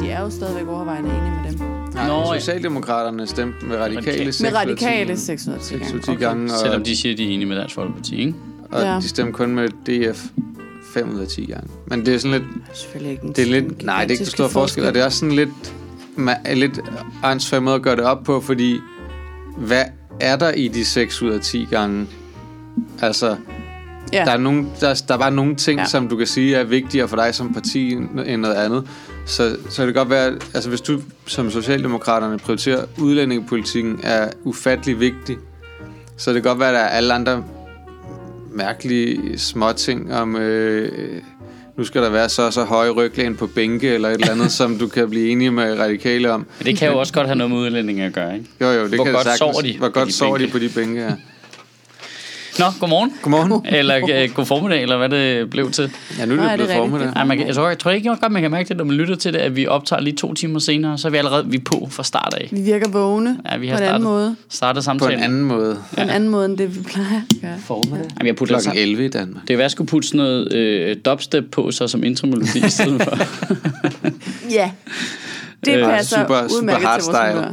er jo stadigvæk overvejende enige med dem. Nej, Socialdemokraterne stemte med radikale 6 med radikale 6 ud af 10 gange. Og, selvom de siger, de er enige med Dansk Folkeparti, ikke? Og de stemte kun med DF 5 ud af 10 gange. Men det er sådan lidt... Selvfølgelig ikke det er lidt, nej, det er ikke så stor forskel. Og det er også sådan lidt ansvar måde at gøre det op på, fordi hvad er der i de 6 ud af 10 gange? Altså... Ja. Der er bare nogle ting, som du kan sige er vigtigere for dig som parti end noget andet. Så det kan godt være, altså hvis du som Socialdemokraterne prioriterer udlændingepolitikken er ufattelig vigtig, så det kan godt være, at der er alle andre mærkelige småting om, nu skal der være så høje ryglæn på bænke eller et eller andet, som du kan blive enige med radikale om. Men det kan jo også godt have noget med udlændinge at gøre, ikke? Jo, det hvor kan godt sagtens. Sover de hvor godt sover de på de bænke her. Nå, godmorgen. Godmorgen. Eller god formiddag, eller hvad det blev til. Ja, nu er det blevet formiddag. Jeg tror ikke godt, man kan mærke det, når man lytter til det, at vi optager lige 2 timer senere, så er vi allerede på fra start af. Vi virker vågne vi har på en anden måde. Startet samtalen. På en anden måde. På en anden måde, end det vi plejer at gøre. Formiddag. Jamen, jeg putter klokken 11 i Danmark. Det er jeg skulle putte sådan noget dubstep på, så som intromelodi i stedet for. Ja, det passer udmærket til vores humør.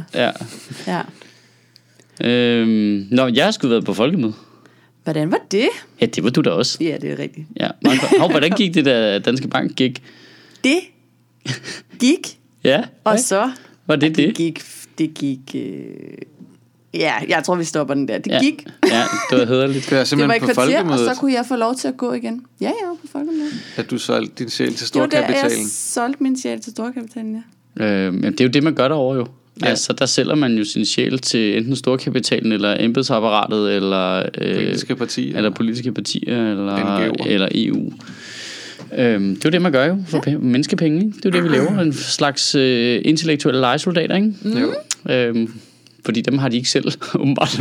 Ja. Nå, jeg har sgu været på folkemøde. Hvordan var det? Ja, det var du da også. Ja, det er rigtigt. Ja. Hvordan gik det der Danske Bank gik? Det gik. Ja. Og så var det? Det gik. Ja, jeg tror vi stopper den der. Det gik. Ja, det var hæderligt. Det var i kvarter, og så kunne jeg få lov til at gå igen. Ja, jeg var på folkemødet. At du solgte din sjæl til storkapitalen. Det var der, jeg solgte min sjæl til storkapitalen, ja. Men det er jo det, man gør derovre jo. Ja. Altså, der sælger man jo sin sjæl til enten storkapitalen, eller embedsapparatet, eller politiske partier, eller EU. Det er jo det, man gør jo, for menneskepenge, ikke? Det er jo det, vi laver. En slags intellektuelle lejesoldater, ikke? Fordi dem har de ikke selv, åbenbart.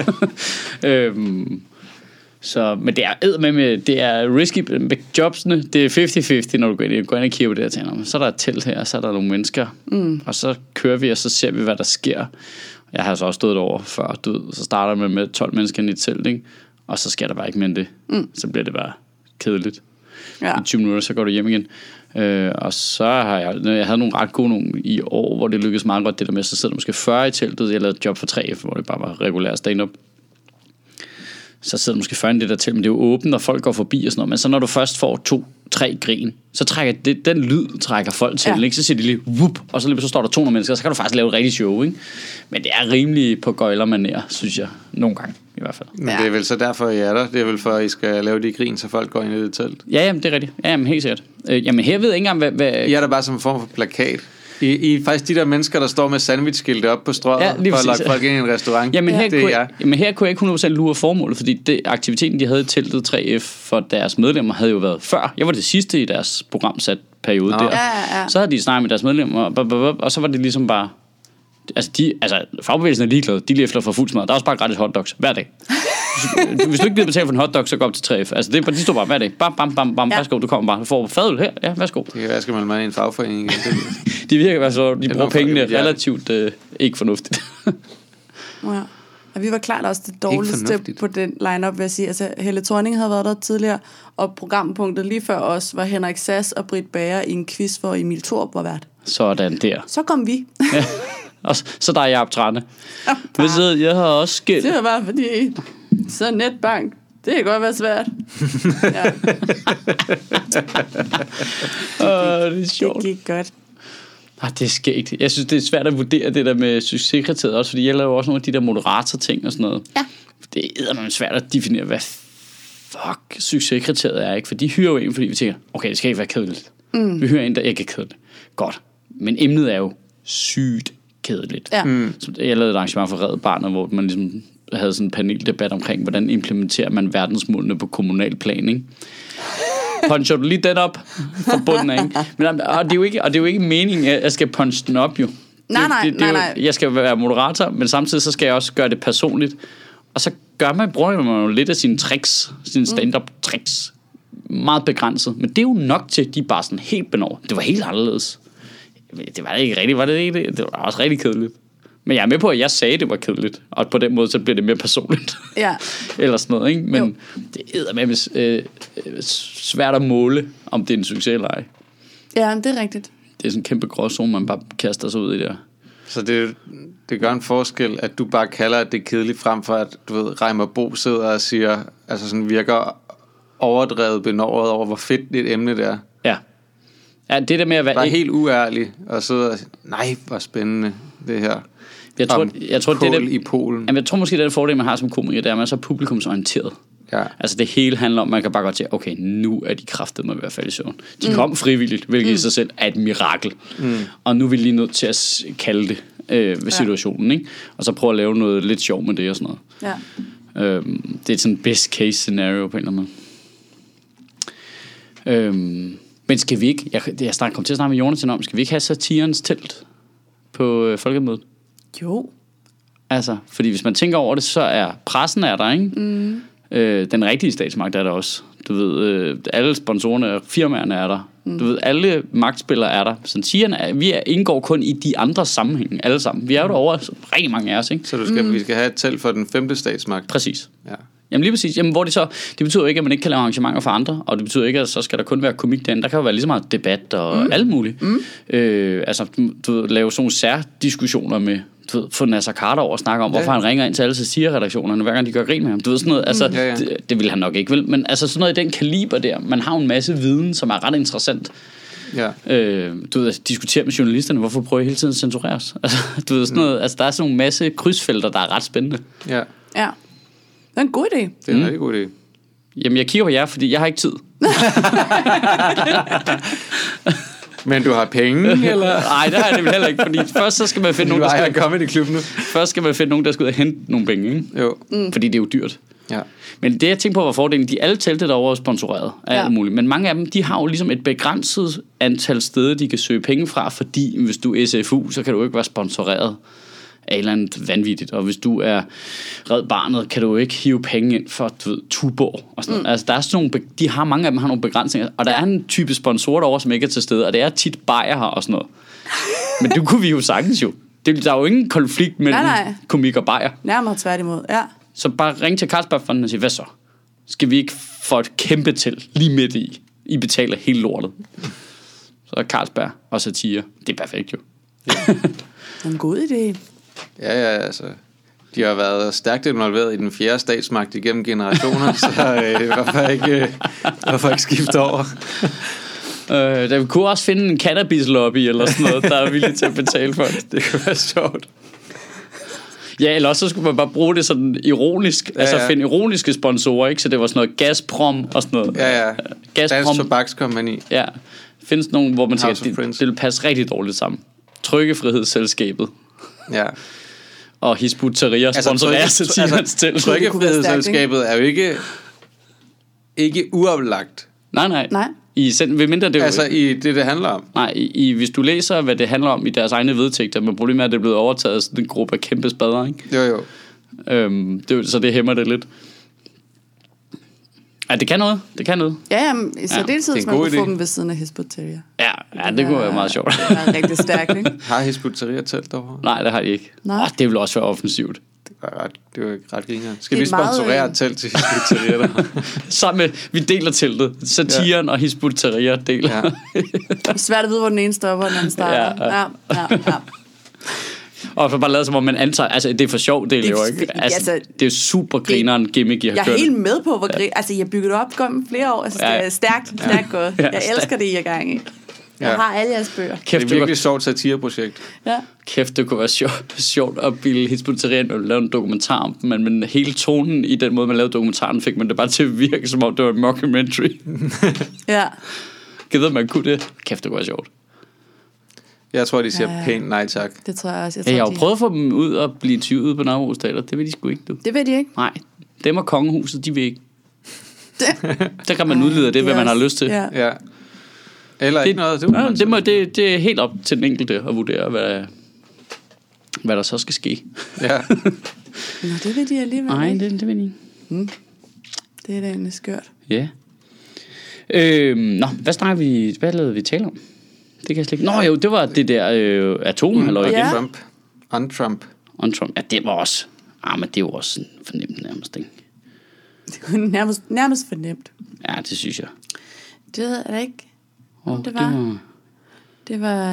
Så, men det er det er risky med jobsene. Det er 50-50, når du går ind og kigger på det her tænder. Så er der et telt her, så er der nogle mennesker, og så kører vi, og så ser vi, hvad der sker. Jeg har så også stået derovre før, så starter man med 12 mennesker i et telt, ikke? Og så sker der bare ikke mere end det. Så bliver det bare kedeligt. I 20 minutter, så går du hjem igen. Og så har jeg havde nogle ret gode nogle i år, hvor det lykkedes meget godt det der med, så sidder der måske 40 i teltet. Jeg lavede et job for 3F, hvor det bare var regulær stand-up. Så sidder måske 40 i det der telt, men det er jo åbent, og folk går forbi og sådan noget. Men så når du først får 2-3 grin, så trækker den lyd trækker folk til, ikke? Så siger de lige whoop, og så står der 200 mennesker, og så kan du faktisk lave et rigtigt show, ikke? Men det er rimelig på gøjlermanér, synes jeg, nogle gange i hvert fald. Men det er vel så derfor, I er der? Det er vel for, at I skal lave de grin, så folk går ind i det telt? Ja, jamen, det er rigtigt. Ja, jamen, helt sikkert. Jamen, her ved jeg ikke engang, hvad... I er der bare som en form for plakat. I er faktisk de der mennesker, der står med sandwichskilte op på strøget, for at lokke folk ind i en restaurant. Jamen, her kunne jeg ikke 100% lure formålet, fordi aktiviteten, de havde i teltet 3F for deres medlemmer, havde jo været før. Jeg var det sidste i deres programsat periode der. Ja. Så havde de snakket med deres medlemmer, og så var det ligesom bare... Altså, fagbevægelsen er ligeglade. De lige efter for fuld smad. Der er også bare gratis hotdogs hver dag. Hvis du ikke gider betale for en hotdog, så gå op til 3F. Altså, de står bare hver dag. Bam, værsgo, du kommer bare. Du får fadøl her. Ja, værsgo. Det kan være, skal man i en fagforening igen. De virker så, de bruger pengene relativt ikke fornuftigt. Ja. Og vi var klart også det dårligste på den line-up, vil jeg sige. Altså, Helle Thorning havde været der tidligere, og programpunktet lige før os var Henrik Sass og Britt Bager i en quiz, hvor Emil Thorup var vært. Sådan der. Så kom vi. Ja. Og så der er Jaap Trane. Jeg har også skæld. Det var bare fordi, så netbank, det kan godt være svært. Ja. Det er sjovt. Det gik godt. Det er skægt. Jeg synes, det er svært at vurdere det der med succeskriteriet også, fordi jeg laver også nogle af de der moderator-ting og sådan noget. Ja. Det er svært at definere, hvad fuck succeskriteriet er, ikke? For de hyrer jo en, fordi vi tænker, okay, det skal ikke være kedeligt. Vi hyrer en, der ikke er kedeligt. Godt. Men emnet er jo sygt kedeligt. Ja. Jeg lavede et arrangement for Red Barnet, hvor man ligesom havde sådan en paneldebat omkring, hvordan implementerer man verdensmålene på kommunal plan, ikke? Puncher du lige den op fra bunden af, ikke? Men, og det er jo ikke meningen, at jeg skal punche den op, jo. Nej. Jeg skal være moderator, men samtidig så skal jeg også gøre det personligt. Og så bruger man jo lidt af sine tricks, sine stand-up tricks, meget begrænset. Men det er jo nok til, at de bare sådan helt benår. Det var helt anderledes. Det var ikke rigtigt, var det ikke det? Det var også rigtig kedeligt. Men jeg er med på, at jeg sagde, at det var kedeligt. Og på den måde, så bliver det mere personligt. Ja. Eller sådan noget, ikke? Men det er med svært at måle, om det er en succes eller ej. Ja, det er rigtigt. det er sådan en kæmpe gråzone, man bare kaster sig ud i der. Så det gør en forskel, at du bare kalder, at det er kedeligt, frem for at, du ved, Reimer Bo sidder og siger, altså sådan virker overdrevet benåret over, hvor fedt et emne det er. Ja, det der med at være... Bare helt uærlig, og sidde og sige, nej, hvor spændende det her. Jeg tror, det i Polen. Jamen, jeg tror måske, det er den fordel, man har som komiker, det er, at man er så publikumsorienteret. Ja. Altså det hele handler om, man kan bare godt sige, okay, nu er de kraftedeme i hvert fald i søvn. De kom frivilligt, hvilket i sig selv er et mirakel. Og nu er vi lige nødt til at kalde det ved situationen, ikke? Og så prøve at lave noget lidt sjov med det og sådan noget. Ja. Det er sådan best case scenario på en eller anden måde. Men skal vi ikke, jeg kom til at snakke med Jonathan om, skal vi ikke have satirens telt på folkemødet? Jo. Altså, fordi hvis man tænker over det, så er pressen er der, ikke? Den rigtige statsmagt er der også. Du ved, alle sponsorerne og firmaerne er der. Du ved, alle magtspillere er der. Satirerne vi indgår kun i de andre sammenhænge, alle sammen. Vi er jo derovre, rigtig mange af os, ikke? Så vi skal have et telt for den 5. statsmagt? Præcis. Ja. Jamen lige præcis. Jamen, hvor det betyder jo ikke, at man ikke kan lave arrangementer for andre, og det betyder ikke, at så skal der kun være komik derinde. Der kan jo være lige så meget debat og alt muligt. Altså, du ved, lave sådan nogle særdiskussioner med, du ved, få Nasser Carter over og snakke om, hvorfor han ringer ind til alle satireredaktionerne, hver gang de gør grin med ham. Du ved, sådan noget, altså, det vil han nok ikke, vel? Men altså, sådan noget i den kaliber der, man har en masse viden, som er ret interessant. Ja. Du ved, at diskutere med journalisterne, hvorfor prøver I hele tiden at censurere os? Altså, du ved, sådan noget, altså, der er sådan en masse krydsfelter, der er ret spændende. Ja. Det er en god idé. Det er en rigtig god idé. Jamen, jeg kigger på jer, fordi jeg har ikke tid. Men du har penge, eller? Nej, det har jeg heller ikke, fordi først så skal man finde nogen, der skal komme i klubben nu. Først skal man finde nogen, der skal ud og hente nogle penge, ikke? Jo. Fordi det er jo dyrt. Ja. Men det jeg tænker på var fordelen, de alle telte derovre er sponsoreret af alt muligt, men mange af dem, de har jo ligesom et begrænset antal steder, de kan søge penge fra, fordi hvis du er SFU, så kan du ikke være sponsoreret af et eller andet vanvittigt, og hvis du er Red Barnet, kan du ikke hive penge ind for, du ved, Tuborg og sådan noget. Altså der er sådan nogle, mange af dem har nogle begrænsninger, og der er en type sponsor derovre, som ikke er til stede, og det er tit Bayer her og sådan noget. Men det kunne vi jo sagtens jo. Der er jo ingen konflikt mellem komik og Bayer. Nærmere tværtimod, ja. Så bare ring til Carlsbergfonden og sige, hvad så? Skal vi ikke få et kæmpe til lige midt i? I betaler hele lortet. Så er Carlsberg og satire. Det er perfekt jo. Det er en god idé. Ja, altså. De har været stærkt involveret i den 4. statsmagt igennem generationer, så hvorfor ikke skifte over? Der kunne også finde en cannabis-lobby eller sådan noget, der er villig til at betale for det. Det kunne være sjovt. Ja, eller også så skulle man bare bruge det sådan ironisk, altså finde ironiske sponsorer, ikke? Så det var sådan noget Gazprom og sådan noget. Ja. Gazprom. Dansk Tobakskompagni. Ja, findes nogen, hvor man tænker, det vil passe rigtig dårligt sammen. Trykkefrihedsselskabet. Ja. Og Hizb ut-Tahrir sponsorerer satirens til. Trykkefrihedsselskabet er jo ikke uoplagt. Nej. Ved mindre det altså i det handler om. Nej, hvis du læser, hvad det handler om i deres egne vedtægter, men problemet er, at det er blevet overtaget af sådan en gruppe af kæmpe spader, ikke? Jo. Så det hæmmer det lidt. Ja, det kan noget. Ja, i særdeleshed, hvis man kunne få dem ved siden af Hizb ut-Tahrir. Ja, det kunne være meget sjovt. Det er rigtig stærkt, ikke? Har Hizb ut-Tahrir telt derovre? Nej, det har de ikke. Det vil også være offensivt. Det var ret griner. Skal vi sponsorere et telt til Hizb ut-Tahrir der? Sammen med, vi deler teltet. Satiren og Hizb ut-Tahrir deler. Ja. Det er svært at vide, hvor den ene stopper, og den anden starter. Ja. Og så bare lade som om man antager, altså det er for sjov, det er jo ikke. Altså, det er jo super grineren gimmick, jeg har kørt. Jeg er helt med på, hvor altså jeg bygget op gennem flere år. Altså det er stærkt gået. Jeg elsker det, I er gang i. Jeg har alle jeres bøger. Det er et virkelig sjovt satireprojekt. Ja. Kæft, det kunne være sjovt at bilde Hizb ut-Tahrir og lave en dokumentar om dem, men hele tonen i den måde, man lavede dokumentaren, fik man det bare til at virke, som om det var en mockumentary. Ja. Gider man kunne det? Kæft, det kunne være sjovt. Jeg tror, de siger pænt nej tak. Det tror jeg også. Jeg har jo prøvet at få dem ud og blive tyvet på Nørrebro Teater. Det vil de sgu ikke, du. Det vil de ikke? Nej. Dem og kongehuset, de vil ikke. Der kan man udlede det, hvad man har lyst til. Ja. Eller ikke noget. Det er helt op til den enkelte at vurdere, hvad der så skal ske. Ja. Nå, det vil de alligevel. Nej, det vil de ikke. Det er da egentlig skørt. Ja. Hvad lavede vi tale om? Det kan jeg slet ikke. Nå jo, det var det der atomhalløj. On-Trump. Ja, det var også. Men det var også fornemt nærmest, ikke? Det var nærmest fornemt. Ja, det synes jeg. Det er ikke. Det var. Det var...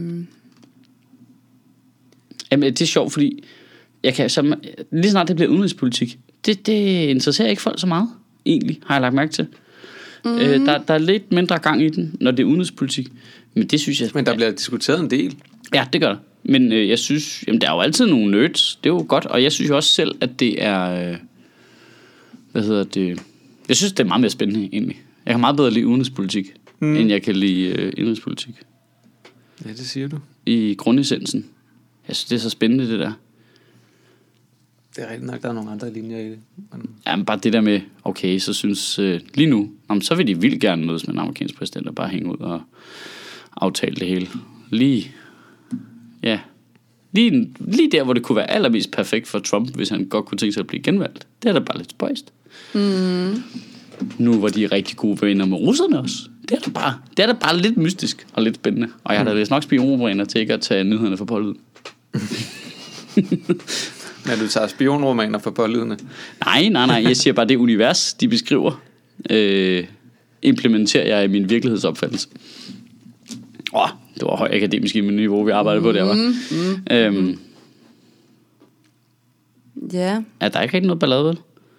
Jamen, det er sjovt, fordi lige snart det bliver udenrigspolitik, det interesserer ikke folk så meget, egentlig, har jeg lagt mærke til. Der er lidt mindre gang i den, når det er udenrigspolitik. Men det synes jeg... Men der bliver diskuteret en del. Ja, det gør der. Men jeg synes... Jamen, der er jo altid nogle nerds. Det er jo godt. Og jeg synes jo også selv, at det er... hvad hedder det? Jeg synes, det er meget mere spændende, egentlig. Jeg kan meget bedre lide udenrigspolitik, end jeg kan lide indrigspolitik. Ja, det siger du. I grundessensen. Jeg synes, det er så spændende, det der. Det er rigtigt nok, der er nogle andre linjer i det. Jamen, bare det der med, okay, så synes lige nu, så vil de vildt gerne mødes med en amerikansk præsident og bare hænge ud og aftale det hele. Lige der, hvor det kunne være allermest perfekt for Trump, hvis han godt kunne tænke sig at blive genvalgt. Det er da bare lidt spøjst. Nu hvor de er rigtig gode venner med russerne også. Det er da bare lidt mystisk og lidt spændende. Og jeg har da læst nok spionromaner til ikke at tage nyhederne for pålydende. Når du tager spionromaner for pålydende? Nej. Jeg siger bare, det univers, de beskriver, implementerer jeg i min virkelighedsopfattelse. Det var højt akademisk i min niveau, vi arbejdede på der, var. Ja. Er der ikke rigtig noget ballade, vel?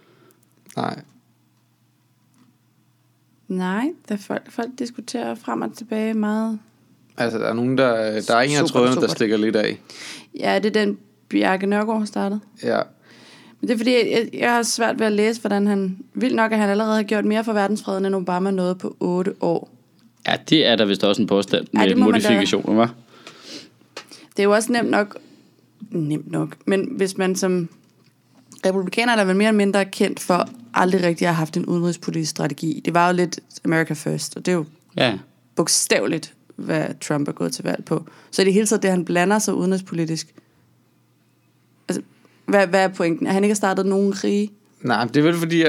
Nej, folk diskuterer frem og tilbage meget. Altså, der er nogen, der er en af trådene, der stikker lidt af. Ja, det er den Bjarke Nørgaard har startet. Ja. Men det er fordi, jeg har svært ved at læse, hvordan han... Vildt nok, at han allerede har gjort mere for verdensfreden, end Obama nåede på 8 år. Ja, det er der vist også en påstand med modifikationer, hva'? Det er jo også nemt nok, men hvis man som republikaner, der er vel mere eller mindre kendt for aldrig rigtig at have haft en udenrigspolitisk strategi. Det var jo lidt America First, og det er jo bogstaveligt, hvad Trump er gået til valg på. Så i det hele taget, det han blander sig udenrigspolitisk. Altså, hvad er pointen? At han ikke har startet nogen krige? Nej, det er vel fordi,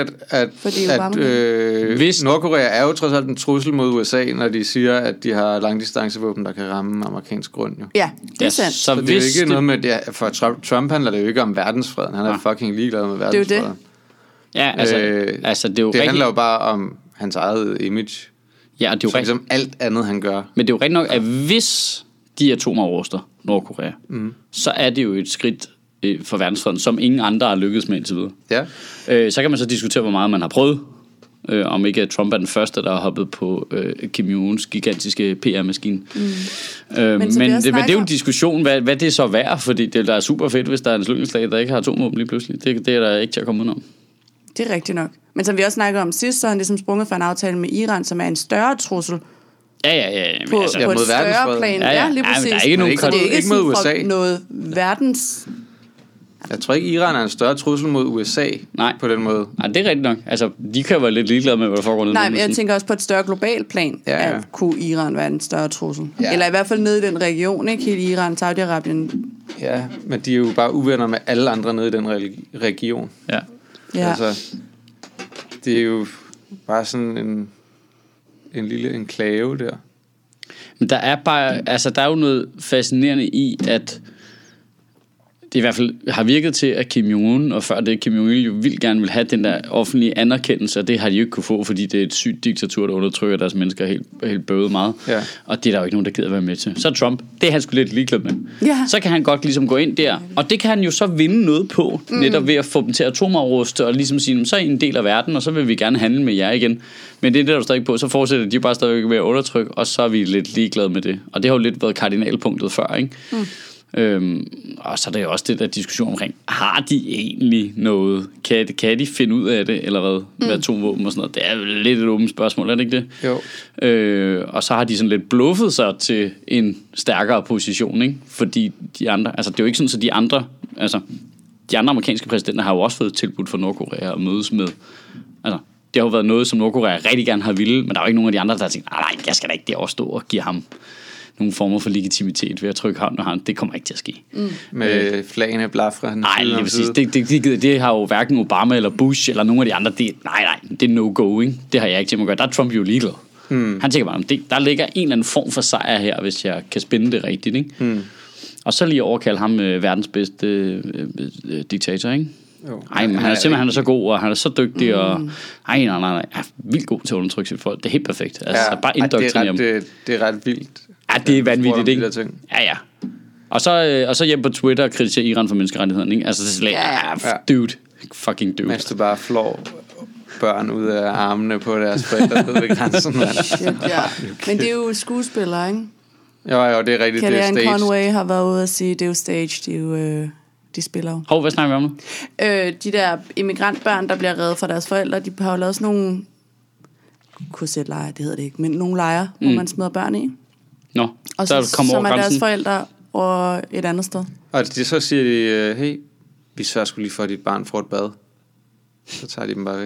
at Nordkorea er jo trods alt en trussel mod USA, når de siger, at de har langdistancevåben, der kan ramme amerikansk grund. Jo. Ja, det er sandt. Så det er jo ikke noget med, for Trump handler det jo ikke om verdensfreden. Han er fucking ligeglad med verdensfreden. Det er jo det. Ja, altså det er jo det handler jo bare om hans eget image. Ja, det er jo ligesom alt andet, han gør. Men det er jo rigtigt nok, at hvis de atomer ruster Nordkorea, så er det jo et skridt for verdensfreden, som ingen andre har lykkedes med indtil videre. Ja. Så kan man så diskutere, hvor meget man har prøvet. Om ikke Trump er den første, der har hoppet på Kim Jong-uns gigantiske PR-maskine. Men det er jo en diskussion, hvad det er så værd, fordi det der er super fedt, hvis der er en slyngelslag, der ikke har atomvåben lige pludselig. Det er der ikke til at komme ud om. Det er rigtigt nok. Men som vi også snakkede om sidst, så er han ligesom sprunget fra en aftale med Iran, som er en større trussel. Ja. På et større plan. Ja, lige præcis. Der er ikke nogen så det er ikke mod USA. Noget verdens... Jeg tror ikke, Iran er en større trussel mod USA. Nej. På den måde. Nej, det er rigtigt nok. Altså, de kan være lidt ligeglade med, hvad der foregår nede. Nej, men jeg tænker også på et større globalt plan, at kunne Iran være en større trussel. Ja. Eller i hvert fald nede i den region, ikke? Hele Iran, Saudi-Arabien. Ja, men de er jo bare uvenner med alle andre nede i den region. Ja. Altså, det er jo bare sådan en lille enklave der. Men der er bare, altså der er jo noget fascinerende i, at det i hvert fald har virket til, at Kim Jong-un, og før det Kim Jong-il jo vildt gerne vil have den der offentlige anerkendelse, og det har de jo ikke kunne få, fordi det er et sygt diktatur, der undertrykker deres mennesker helt bøvet meget. Ja. Og det er der jo ikke nogen, der gider være med til. Så er Trump, det er han sgu lidt ligeglad med. Ja. Så kan han godt ligesom gå ind der, og det kan han jo så vinde noget på, netop ved at få dem til atomafruste, og ligesom sige, så er I en del af verden, og så vil vi gerne handle med jer igen. Men det er det, der er stadig på, så fortsætter de bare stadig med at undertrykke, og så er vi lidt ligeglade med det. Og det har jo lidt været kardinalpunktet før, ikke? Og så er der jo også det der diskussion omkring, har de egentlig noget? Kan de finde ud af det, eller hvad? Med atomvåben og sådan noget? Det er jo lidt et åbent spørgsmål, er det ikke det? Jo. Og så har de sådan lidt bluffet sig til en stærkere position, ikke? Fordi de andre, altså det er jo ikke sådan, så de andre amerikanske præsidenter har jo også fået tilbudt fra Nordkorea at mødes med. Altså, det har jo været noget, som Nordkorea rigtig gerne har ville, men der er jo ikke nogen af de andre, der har tænkt, nej, jeg skal da ikke derovre stå og give ham nogle former for legitimitet ved at trykke hånden og hånd. Det kommer ikke til at ske. Med flagene blafra. Nej, lige præcis. Det har jo hverken Obama eller Bush eller nogen af de andre. Nej, det er no-go, ikke? Det har jeg ikke til at gøre. Der er Trump jo ligeglad. Han tænker bare, der ligger en eller anden form for sejr her, hvis jeg kan spænde det rigtigt, ikke? Og så lige overkalde ham verdens bedste diktator, ikke? Nej, men han er simpelthen så god, og han er så dygtig, og nej, han er vildt god til at undertrykke sit folk. Det er helt perfekt. Altså, bare indoktrinere dem. Det er ret vildt. Ja, det er vanvittigt, ikke? Ja. Og så hjem på Twitter og kritisere Iran for menneskerettigheden, ikke? Altså, det er slet dude. Fucking dude. Mens du bare flår børn ud af armene på deres forældre ved grænsen. Shit, ja. Men det er jo skuespillere, ikke? Jo, det er rigtigt. Kellyanne Conway har været ude at sige, det er jo stage, det er jo... De spiller jo. Hvad snakker vi om nu? De der immigrantbørn, der bliver reddet fra deres forældre, de har jo lavet sådan nogle korsetlejre, det hedder det ikke, men nogle lejre, hvor man smider børn i. Nå, og så er deres forældre og et andet sted. Og så siger de, hey, vi sørger sgu lige for, at dit barn får et bad. Så tager de dem bare væk.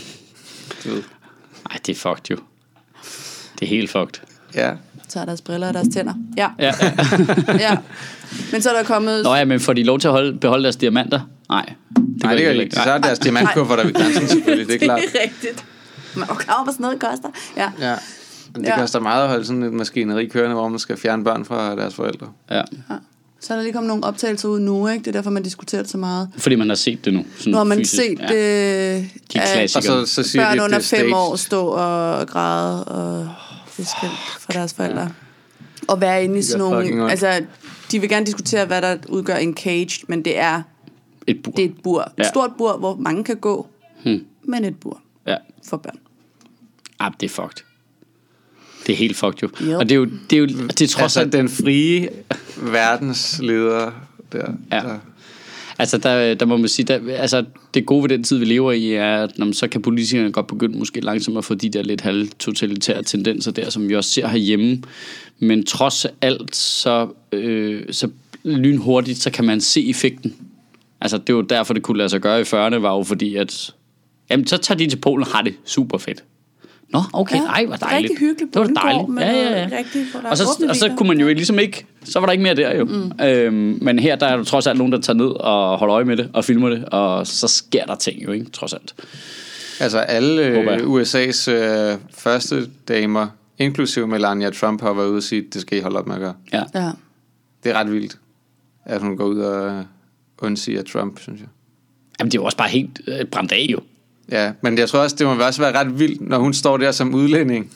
Ej, det er fucked jo. Det er helt fucked. Ja. Tager deres briller og deres tænder. Ja. Ja. Men så er der kommet... Nå ja, men får de lov til at beholde deres diamanter? Nej. Det gør ikke. Så er deres diamantkuffer, der ved grænsen selvfølgelig, det er klart. Det er rigtigt. Man er klar, hvor sådan noget koster. Ja. Det koster meget at holde sådan et maskineri kørende, hvor man skal fjerne børn fra deres forældre. Ja. Så er der lige kommet nogle optagelser ud nu, ikke? Det er derfor, man diskuterer det så meget. Fordi man har set det nu. Nu har man set det. De klassikere. Og så siger børn under 5 år stå og græde og fiske fra deres forældre. Ja. Og være inde i sådan nogle... Altså, de vil gerne diskutere, hvad der udgør en cage, men det er et bur. Det er et bur. Et stort bur, hvor mange kan gå, men et bur for børn. Det er fucked. Det er helt fucked jo. Yep. Og det er jo det trods alt den frie verdensleder der. Ja. Altså der må man sige, altså det gode ved den tid vi lever i er, at så kan politikerne godt begynde måske langsomt at få de der lidt halvtotalitære tendenser der, som vi også ser herhjemme. Men trods alt så lynhurtigt, så kan man se effekten. Altså det er jo derfor det kunne lade sig gøre i 40'erne, var jo fordi at så tager de til Polen og har det super fedt. Nå, okay, ej, hvor dejligt. Rigtig hyggeligt. Det var dejligt. Ja. Og så kunne man jo ligesom ikke, så var der ikke mere der jo. Men her der er der trods alt nogen, der tager ned og holder øje med det og filmer det, og så sker der ting jo, ikke, trods alt. Altså alle USA's første damer, inklusive Melania Trump, har været ude og sige, det skal I holde op med at gøre. Ja. Det er ret vildt, at hun går ud og undsiger Trump, synes jeg. Jamen det er jo også bare helt brændt af jo. Ja, men jeg tror også, det må også være ret vildt, når hun står der som udlænding.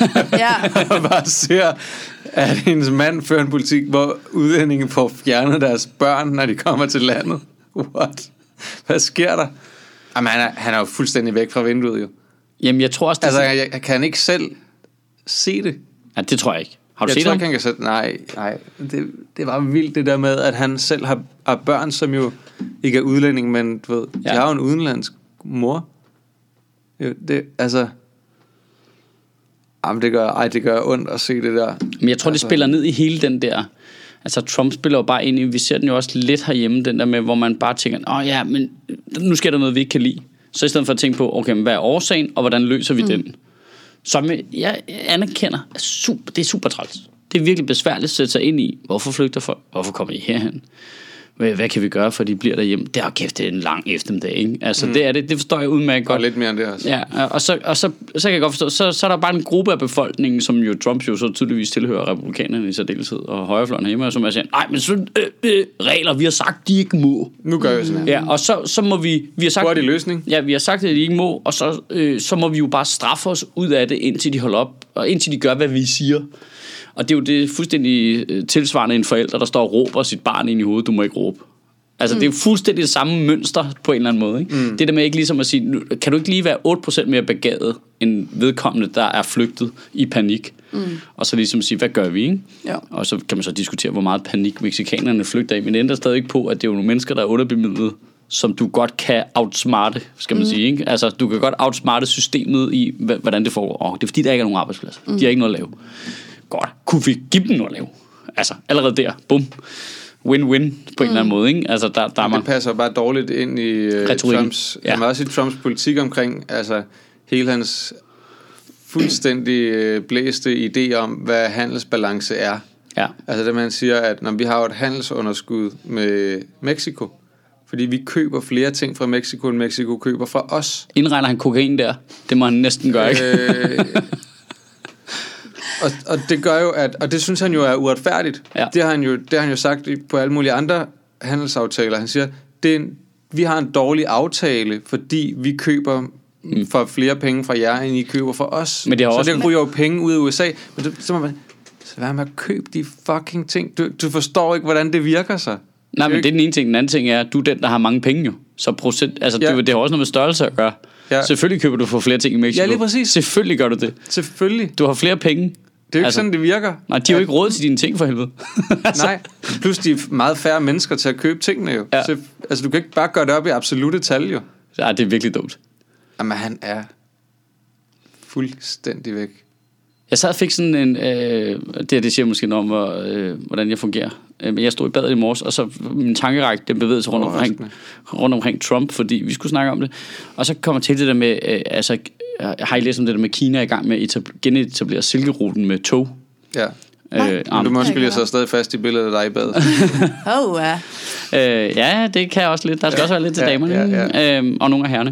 Og bare ser, at hendes mand fører en politik, hvor udlændingen får fjernet deres børn, når de kommer til landet. What? Hvad sker der? Jamen, han er jo fuldstændig væk fra vinduet, jo. Jamen, jeg tror også... Altså, jeg kan ikke selv se det. Ja, det tror jeg ikke. Har du set det? Jeg tror ikke, nej. Det var vildt, det der med, at han selv har børn, som jo ikke er udlænding, men du ved, de har jo en udenlandsk mor. Jo, det gør ondt at se det der. Men jeg tror, det spiller ned i hele den der. Altså Trump spiller jo bare ind i, vi ser den jo også lidt herhjemme, den der med, hvor man bare tænker, men nu sker der noget, vi ikke kan lide. Så i stedet for at tænke på, okay, men hvad er årsagen, og hvordan løser vi den? Som jeg anerkender, det er super træls. Det er virkelig besværligt at sætte sig ind i, hvorfor flygter folk, hvorfor kommer de herhen? Hvad kan vi gøre, for de bliver derhjemme? Det er kæft, det er en lang eftermiddag, ikke? Altså, det er det forstår jeg udmærket godt. Og lidt mere end det også. Ja, og så kan jeg godt forstå, så er der bare en gruppe af befolkningen, som jo Trump jo så tydeligvis tilhører republikanerne i særdeleshed, og højrefløjen herhjemme, og som er siger, nej, men så regler, vi har sagt, de ikke må. Nu gør jeg sådan her. Ja, og så må vi har sagt... Hurtig løsning. Ja, vi har sagt, at de ikke må, og så må vi jo bare straffe os ud af det, indtil de holder op, og indtil de gør, hvad vi siger. Og det er jo det fuldstændig tilsvarende en forælder, der står og råber sit barn ind i hovedet, du må ikke råbe. Altså det er fuldstændig det samme mønster på en eller anden måde, ikke? Det der med ikke ligesom at sige, kan du ikke lige være 8% mere begavet end vedkommende, der er flygtet i panik, og så ligesom sige, hvad gør vi, ikke? Ja. Og så kan man så diskutere, hvor meget panik mexikanerne flygter i, men det ændrer stadig ikke på, at det er jo nogle mennesker, der er underbemidlet, som du godt kan outsmarte, skal man sige, ikke? Altså du kan godt outsmarte systemet i, hvordan det foregår. Det er fordi, der ikke er nogen arbejdspladser. De har ikke noget at lave. Godt, kunne vi give dem noget at lave? Altså allerede der, bum. Win-win på en eller anden måde, ikke? Altså der det passer bare dårligt ind i Trumps, også i Trumps politik omkring, altså hele hans fuldstændig blæste idé om, hvad handelsbalance er. Ja. Altså det man siger, at når vi har et handelsunderskud med Mexico, fordi vi køber flere ting fra Mexico, end Mexico køber fra os. Indregner han kokain der? Det må han næsten gøre, ikke? Og det gør jo, og det synes han jo er uretfærdigt. Ja. Det har han jo sagt på alle mulige andre handelsaftaler. Han siger, vi har en dårlig aftale, fordi vi køber for flere penge fra jer, end I køber fra os. Men det har så også det ryger jo penge ud af USA. Men Så vær med at købe de fucking ting. Du forstår ikke, hvordan det virker så. Nej, men det er den ene ting. Den anden ting er, at du er den, der har mange penge jo. Så procent, altså det har også noget med størrelse at gøre. Ja. Selvfølgelig køber du for flere ting i Mexico. Ja, lige præcis. Selvfølgelig gør du det. Selvfølgelig. Du har flere penge. Det er jo ikke sådan, det virker. Nej, de har jo ikke råd til dine ting for helvede. Altså. Nej, plus de er meget færre mennesker til at købe tingene jo. Ja. Så, altså, du kan ikke bare gøre det op i absolutte tal jo. Ja, det er virkelig dumt. Jamen, han er fuldstændig væk. Jeg sad og fik sådan en... det siger måske noget om, hvordan jeg fungerer. Men jeg stod i badet i morges, og så min tankerække, den bevægede sig rundt omkring Trump, fordi vi skulle snakke om det. Og så kommer til det der med... har I læst om det der med Kina i gang med at genetablere Silkeruten med tog? Ja. Du må undskylde, jeg så stadig fast i billedet af dig i badet. Ja, det kan jeg også lidt. Der skal også være lidt til damerne, og nogle af herrerne.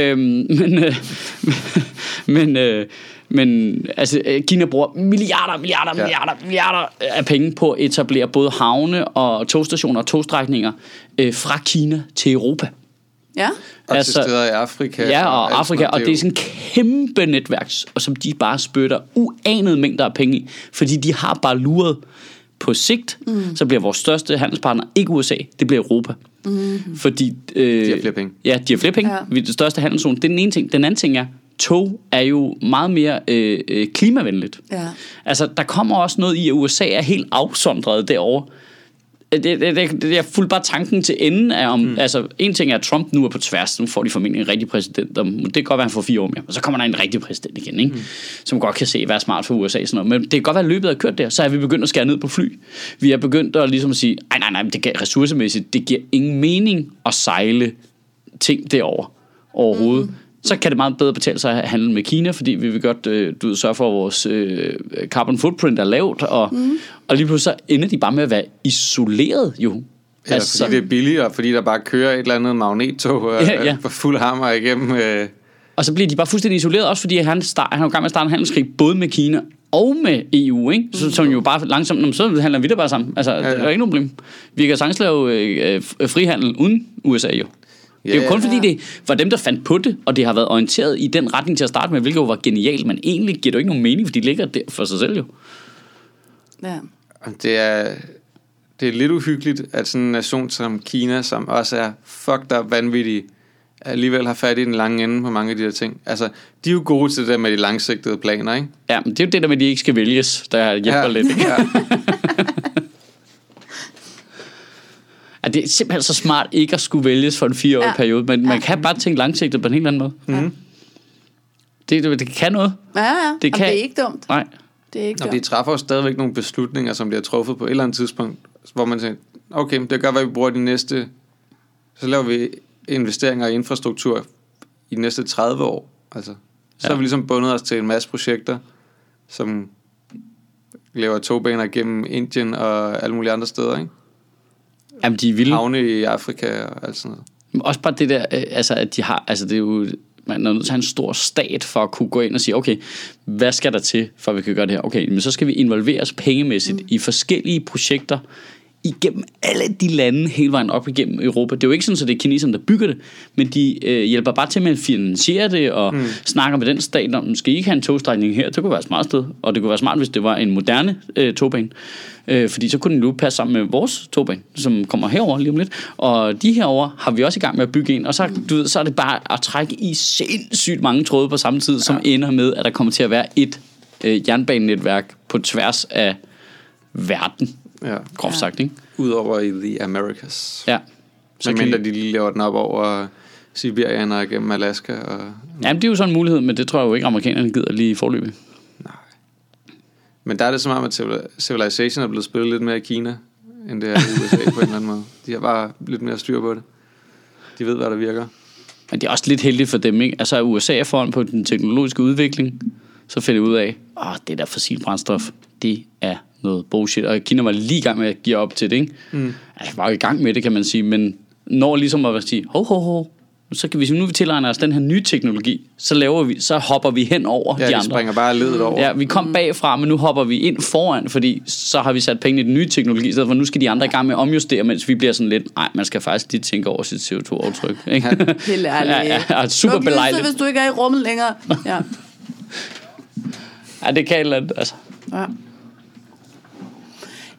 Men altså, Kina bruger milliarder af penge på at etablere både havne og togstationer og togstrækninger fra Kina til Europa. Ja. Og til steder i Afrika. Ja, og Afrika, og det er sådan et kæmpe netværk, og som de bare spytter uanede mængder af penge i, fordi de har bare luret på sigt, så bliver vores største handelspartner ikke USA, det bliver Europa. Fordi de har flere penge. Ja, de har flere penge. Vi er det største handelszone. Det er den ene ting. Den anden ting er, tog er jo meget mere klimavenligt. Ja. Altså, der kommer også noget i, at USA er helt afsondret derovre. Jeg fulgte bare tanken til enden af om, altså en ting er, at Trump nu er på tværs, nu får de formentlig en rigtig præsident, og det kan godt være, han får 4 år mere, og så kommer der en rigtig præsident igen, ikke? Som godt kan se, hvad er smart for USA, sådan noget. Men det kan godt være, at løbet er kørt der, så er vi begyndt at skære ned på fly. Vi er begyndt at ligesom sige, nej, det kan ressourcemæssigt, det giver ingen mening at sejle ting derover overhovedet. Så kan det meget bedre betale sig at handle med Kina, fordi vi vil godt sørge for, at vores carbon footprint er lavt, og lige pludselig så ender de bare med at være isoleret jo. Ja, altså, fordi det er billigere, fordi der bare kører et eller andet magnettog på fuld hammer igennem. Og så bliver de bare fuldstændig isoleret, også fordi han er jo gang med at starte en handelskrig, både med Kina og med EU, ikke? Så jo bare langsomt, så handler vi der bare sammen. Altså, det er ikke noget problem. Vi kan sagtens lave frihandel uden USA jo. Det er jo kun fordi det var dem, der fandt på det, og det har været orienteret i den retning til at starte med, hvilket jo var genialt, men egentlig giver det jo ikke nogen mening, for de ligger der for sig selv jo. Ja. Det er lidt uhyggeligt, at sådan en nation som Kina, som også er fucked up vanvittige, alligevel har fat i den lange ende på mange af de der ting. Altså, de er jo gode til det der med de langsigtede planer, ikke? Ja, men det er jo det der med, at de ikke skal vælges, der hjælper lidt, ikke? Ja. Det er simpelthen så smart ikke at skulle vælges for en 4-årig periode, men man kan bare tænke langsigtet på en helt anden måde. Det kan noget. Ja. Det kan. Det er ikke dumt. Nej. Det er ikke dumt. De træffer jo stadigvæk nogle beslutninger, som bliver truffet på et eller andet tidspunkt, hvor man tænker, okay, det gør, hvad vi bruger de næste, så laver vi investeringer i infrastruktur i de næste 30 år. Altså, så har vi ligesom bundet os til en masse projekter, som laver togbaner gennem Indien og alle mulige andre steder, ikke? Jamen, de vil havne i Afrika og alt sådan noget. Også bare det der, altså at de har, altså det er jo, man er nødt til at have en stor stat for at kunne gå ind og sige, okay, hvad skal der til, for at vi kan gøre det her? Okay, men så skal vi involvere os pengemæssigt i forskellige projekter igennem alle de lande hele vejen op igennem Europa. Det er jo ikke sådan, at det er kineserne, der bygger det, men de hjælper bare til med at finansiere det og snakker med den stat om, skal I ikke have en togstrækning her? Det kunne være et smart sted, og det kunne være smart, hvis det var en moderne togbane. Fordi så kunne den nu passe sammen med vores togbane, som kommer herover lige om lidt. Og de herover har vi også i gang med at bygge en, og så, så er det bare at trække i sindssygt mange tråde på samme tid, som ender med, at der kommer til at være et jernbanenetværk på tværs af verden. Ja. Groft sagt, ikke? Udover i The Americas. Ja. Så mindre de lige laver den op over Sibirien og gennem Alaska. Og jamen, det er jo sådan en mulighed, men det tror jeg jo ikke, amerikanerne gider lige i forløbet. Nej. Men der er det som om, at Civilization er blevet spillet lidt mere i Kina, end det er i USA på en eller anden måde. De har bare lidt mere styr på det. De ved, hvad der virker. Men det er også lidt heldigt for dem, ikke? Altså, USA er foran på den teknologiske udvikling, så finder de ud af, det der fossilbrændstof, det er noget bullshit. Og Kina var lige i gang med at give op til det, ikke? Jeg var i gang med det, kan man sige, men når ligesom at sige, så kan vi, nu vi tilegner os den her nye teknologi, så hopper vi hen over de andre. Ja, springer bare ledet over. Ja, vi kom bagfra, men nu hopper vi ind foran, fordi så har vi sat penge i den nye teknologi, så nu skal de andre i gang med at omjustere, mens vi bliver sådan lidt, man skal faktisk lige tænke over sit CO2-aftryk, ikke? Helt ærligt. Ja, super belejligt. Hvis du ikke er i rummet længere. Ja. Ja, det kan et eller andet, altså. Ja.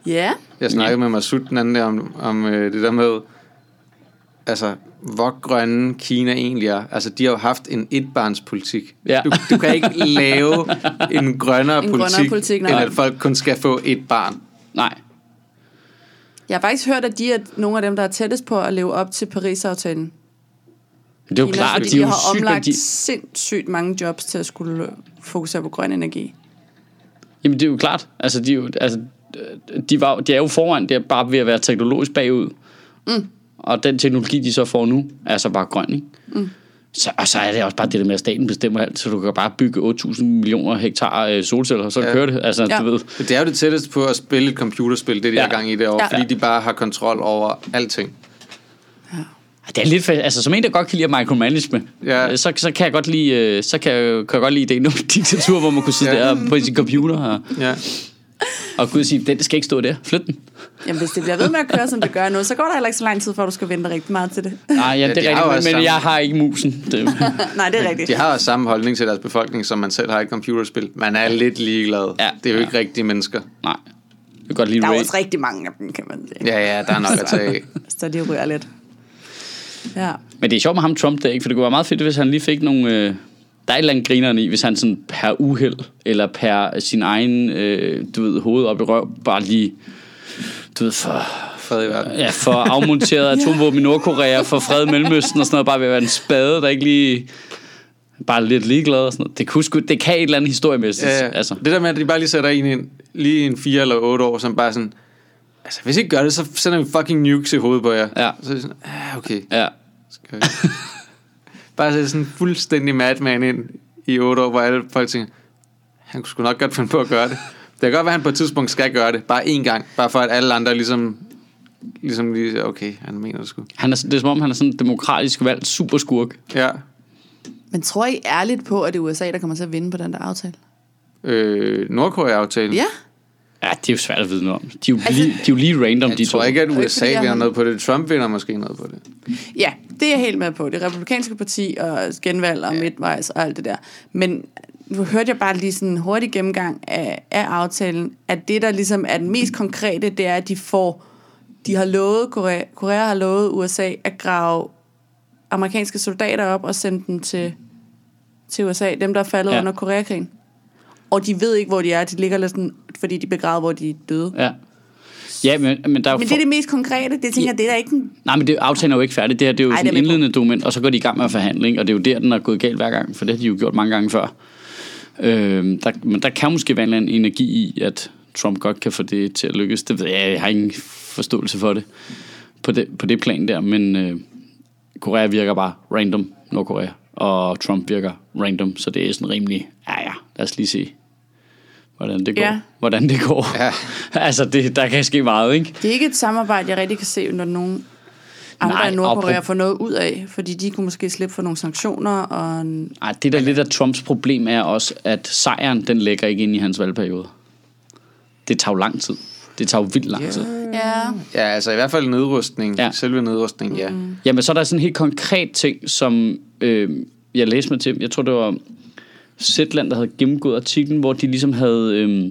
Ja. Jeg snakkede med Masud den anden der om det der med, altså, hvor grønne Kina egentlig er. Altså, de har jo haft en etbarnspolitik. Ja. Du kan ikke lave en grønnere politik, end at folk kun skal få et barn. Nej. Jeg har faktisk hørt, at de er nogle af dem, der er tættest på at leve op til Paris-aftalen. Det er jo klart, de har omlagt sindssygt mange jobs til at skulle fokusere på grøn energi. Jamen, det er jo klart. Altså, de er jo foran, det er bare ved at være teknologisk bagud. Og den teknologi, de så får nu, er så bare grøn, ikke? Og så er det også bare det der med, at staten bestemmer alt, så du kan bare bygge 8.000 millioner hektar solceller, og så kører det. Altså, du ved. Det er jo det tætteste på at spille et computerspil, det de har gang i det år, fordi de bare har kontrol over alting. Ja. Det er lidt, altså som en, der godt kan lide micromanagement, så kan jeg godt lide, kan jeg godt lide ideen om diktatur, hvor man kunne sidde der på sin computer og kunne sige, den skal ikke stå der, flyt den. Jamen hvis det bliver ved med at køre, som det gør nu, så går der heller ikke så lang tid, før du skal vente rigtig meget til det. Nej, ja, det er rigtigt, men jeg har ikke musen. Nej, det er rigtigt. De har også samme holdning til deres befolkning, som man selv har i computerspil. Man er lidt ligeglad. Ja, det er jo ikke rigtige mennesker. Nej. Jeg kan godt lide der er også rigtig mange af dem, kan man sige. Ja, der er nok at tage af. Så de ryger lidt. Ja. Men det er sjovt med ham Trump der, ikke? For det kunne være meget fedt, hvis han lige fik nogle... der er et eller andet grineren i, hvis han sådan per uheld, eller per sin egen, hoved op i røv, bare lige, fred i verden. Ja, for afmonteret atomvåben i Nordkorea, for fred i Mellemøsten og sådan noget, bare ved at være en spade, der ikke lige... Bare lidt ligeglad og sådan noget. Det kan et eller andet historiemæssigt. Ja. Altså. Det der med, at de bare lige sætter en lige en 4 eller 8 år, som bare sådan... Altså, hvis I ikke gør det, så sender vi fucking nukes i hovedet på jer. Ja. Så er det sådan, okay. Ja. Bare sætte sådan fuldstændig madman ind i 8 år, hvor alle folk tænker, han kunne sgu nok godt finde på at gøre det. Det kan godt være, at han på et tidspunkt skal gøre det. Bare én gang. Bare for at alle andre ligesom lige, okay, han mener det sgu. Det er som om, han er sådan en demokratisk valgt superskurk. Ja. Men tror I ærligt på, at det er USA, der kommer til at vinde på den der aftale? Nordkorea-aftalen? Ja. Ja, det er jo svært at vide noget om. De er jo lige random, de to. Jeg tror ikke, at USA vinder noget på det. Trump vinder måske noget på det. Ja, det er jeg helt med på. Det republikanske parti og genvalg og midtvejs og alt det der. Men nu hørte jeg bare lige sådan en hurtig gennemgang af aftalen, at det, der ligesom er den mest konkrete, det er, at de har lovet, Korea har lovet USA at grave amerikanske soldater op og sende dem til USA, dem der er faldet under Koreakrigen. Og de ved ikke, hvor de er. De ligger lidt sådan, fordi de begravet, hvor de er døde. Ja, men der er men det er det mest konkrete. Det tænker jeg, det er der ikke... Nej, men aftalen er jo ikke færdig. Det her, det er jo sådan en indledende dokument, og så går de i gang med at forhandle, og det er jo der, den er gået galt hver gang, for det har de jo gjort mange gange før. Men der kan måske være en eller anden energi i, at Trump godt kan få det til at lykkes. Det ved jeg har ingen forståelse for det på det plan der, men Korea virker bare random, Nordkorea, og Trump virker random, så det er sådan rimelig, lad os lige se, hvordan det går. Ja. Hvordan det går. Ja. Altså, der kan ske meget, ikke? Det er ikke et samarbejde, jeg rigtig kan se, når nogen andre i Nordkorea får noget ud af, fordi de kunne måske slippe for nogle sanktioner. Nej, det der lidt af Trumps problem er også, at sejren, den lægger ikke ind i hans valgperiode. Det tager jo lang tid. Det tager jo vildt lang tid. Ja, altså i hvert fald nedrustning. Ja. Selve nedrustning, ja. Jamen, så er der sådan en helt konkret ting, som jeg læste mig til. Jeg tror, det var Zetland, der havde gennemgået artiklen, hvor de ligesom havde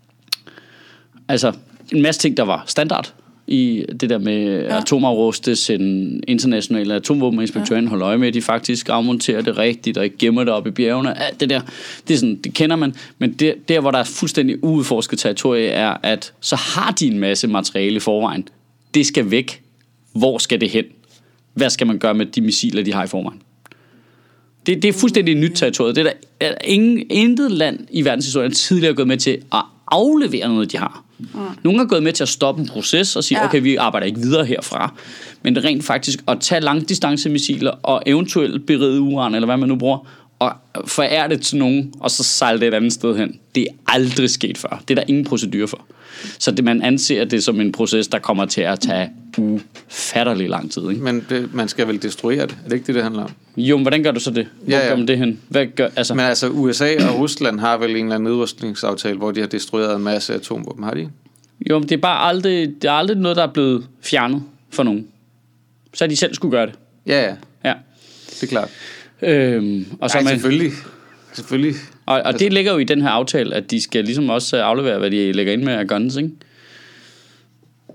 altså en masse ting, der var standard i det der med atomafruste, sende internationale atomvåbeninspektører holde øje med, at de faktisk afmonterer det rigtigt, og ikke gemmer det op i bjergene. Alt det der, det er sådan, det kender man. Men der, hvor der er fuldstændig uudforsket territorie, er, at så har de en masse materiale i forvejen. Det skal væk. Hvor skal det hen? Hvad skal man gøre med de missiler, de har i forvejen? Det er fuldstændig nyt territorie. Det er intet land i verdenshistorien tidligere gået med til at aflevere noget, de har. Nogle har gået med til at stoppe en proces og sige, okay, vi arbejder ikke videre herfra. Men det er rent faktisk at tage langdistancemissiler og eventuelt berede uran, eller hvad man nu bruger, og forære det til nogen, og så sejle det et andet sted hen. Det er aldrig sket før. Det er der ingen procedure for. Så man anser det som en proces, der kommer til at tage ufatterlig lang tid. Ikke? Men man skal vel destruere det? Er det ikke det handler om? Jo, men hvordan gør du så det? Hvor kommer det hen? Hvad gør, altså? Men altså, USA og Rusland har vel en eller anden nedrustningsaftale, hvor de har destrueret en masse atomvåben, har de? Jo, men det er bare aldrig noget, der er blevet fjernet for nogen. Så de selv skulle gøre det. Ja. Det er klart. Og så selvfølgelig. Og det ligger jo i den her aftale, at de skal ligesom også aflevere, hvad de lægger ind med af guns, ikke?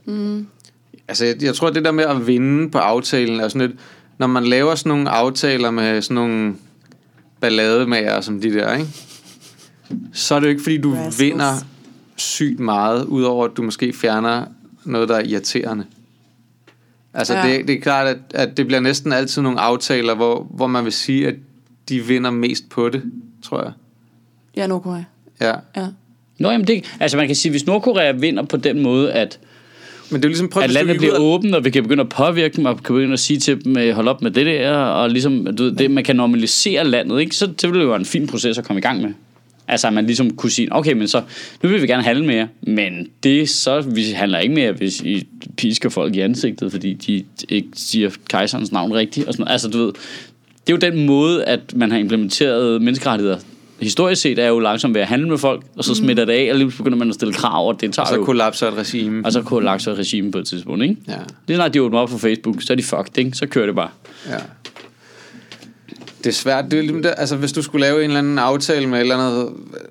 Altså, jeg tror, det der med at vinde på aftalen er sådan lidt... Når man laver sådan nogle aftaler med sådan nogle ballademager som de der, ikke? Så er det jo ikke, fordi du vinder sygt meget, udover at du måske fjerner noget, der er irriterende. Altså, det er klart, at det bliver næsten altid nogle aftaler, hvor man vil sige, at de vinder mest på det, tror jeg. Ja, Nordkorea. Ja. Nå, jamen det, altså man kan sige, hvis Nordkorea vinder på den måde, at men det er ligesom, at landet bliver åbent, og vi kan begynde at påvirke dem, og kan begynde at sige til dem, hold op med det der, og ligesom, du ved, det, man kan normalisere landet, ikke? Så det vil jo være en fin proces at komme i gang med. Altså, at man ligesom kunne sige, okay, men så, nu vil vi gerne handle mere, men det så, vi handler ikke mere, hvis I pisker folk i ansigtet, fordi de ikke siger kejserens navn rigtigt, og sådan noget. Altså, du ved, det er jo den måde, at man har implementeret menneskerettigheder. Historisk set er jo langsomt ved at handle med folk, og så smitter det af, og lige begynder man at stille krav, og det tager og så kollapser et regime. Og så kollapser et regime på et tidspunkt, ikke? Ja. Lige snart de åbner op på Facebook, så er de fucked, ikke? Så kører det bare. Ja. Det er svært. Det er ligesom der, altså, hvis du skulle lave en eller anden aftale med et eller andet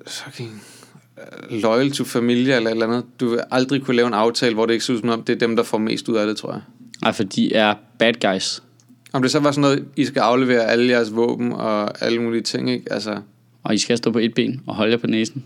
loyal to familie eller et eller andet, du vil aldrig kunne lave en aftale, hvor det ikke ser ud som om, det er dem, der får mest ud af det, tror jeg. Nej, for de er bad guys. Om det så var sådan noget, I skal aflevere alle jeres våben og alle mulige ting, ikke? Altså... Og I skal stå på et ben og holde jer på næsen.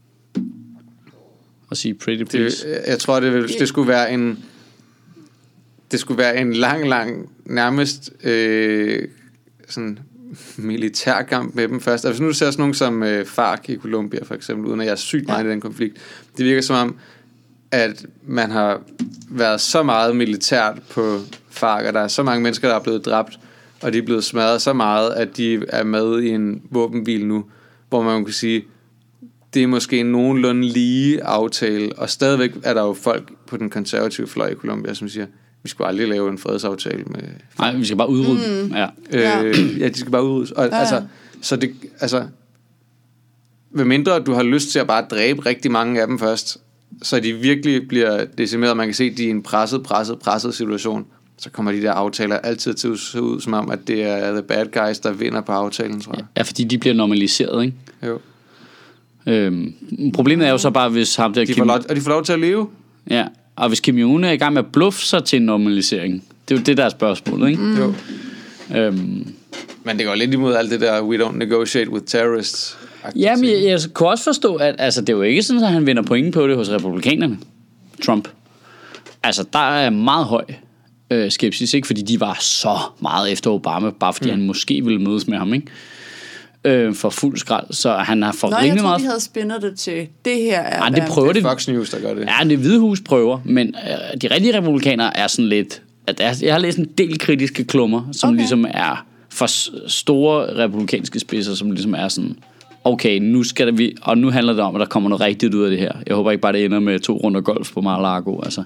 Og sige pretty please. Jeg tror, det skulle være en... Det skulle være en lang, nærmest sådan militærkamp med dem først. Altså hvis nu du ser sådan nogen som FARC i Colombia for eksempel, uden at jeg er sygt meget i den konflikt, det virker som om, at man har været så meget militært på FARC, og der er så mange mennesker, der er blevet dræbt, og de er blevet smadret så meget, at de er med i en våbenhvile nu, hvor man kan sige, det er måske en nogenlunde lige aftale, og stadigvæk er der jo folk på den konservative fløj i Colombia, som siger, vi skal aldrig lave en fredsaftale med... Nej, vi skal bare udrydde dem. Ja, de skal bare udryddes. Og, altså, så det, altså, ved mindre du har lyst til at bare dræbe rigtig mange af dem først, så de virkelig bliver decimeret, man kan se, at de er i en presset situation, så kommer de der aftaler altid til at se ud, som om, at det er the bad guys, der vinder på aftalen, tror jeg. Ja, fordi de bliver normaliseret, ikke? Jo. Problemet er jo så bare, hvis ham der... de får lov til at leve. Ja, og hvis Kim Jong-un er i gang med at bluffe sig til en normalisering, det er jo det, der er spørgsmålet, ikke? Jo. Men det går lidt imod alt det der, we don't negotiate with terrorists. Jamen, jeg kunne også forstå, at altså, det er jo ikke sådan, at han vinder point på det hos republikanerne, Trump. Altså, der er meget høj skepsis, ikke? Fordi de var så meget efter Obama, bare fordi han måske ville mødes med ham, ikke? For fuld skrald, så han har for rimelig meget... Nå, jeg tror, de havde spændet det til, det her er... Nej, det prøver det. Fox News, der gør det. Ja, det Hvide Hus prøver, men de rigtige republikanere er sådan lidt... Jeg har læst en del kritiske klummer, som ligesom er for store republikanske spidser, som ligesom er sådan... Okay, nu skal vi... Og nu handler det om, at der kommer noget rigtigt ud af det her. Jeg håber ikke bare, det ender med 2 runder golf på Mar-a-Lago, altså.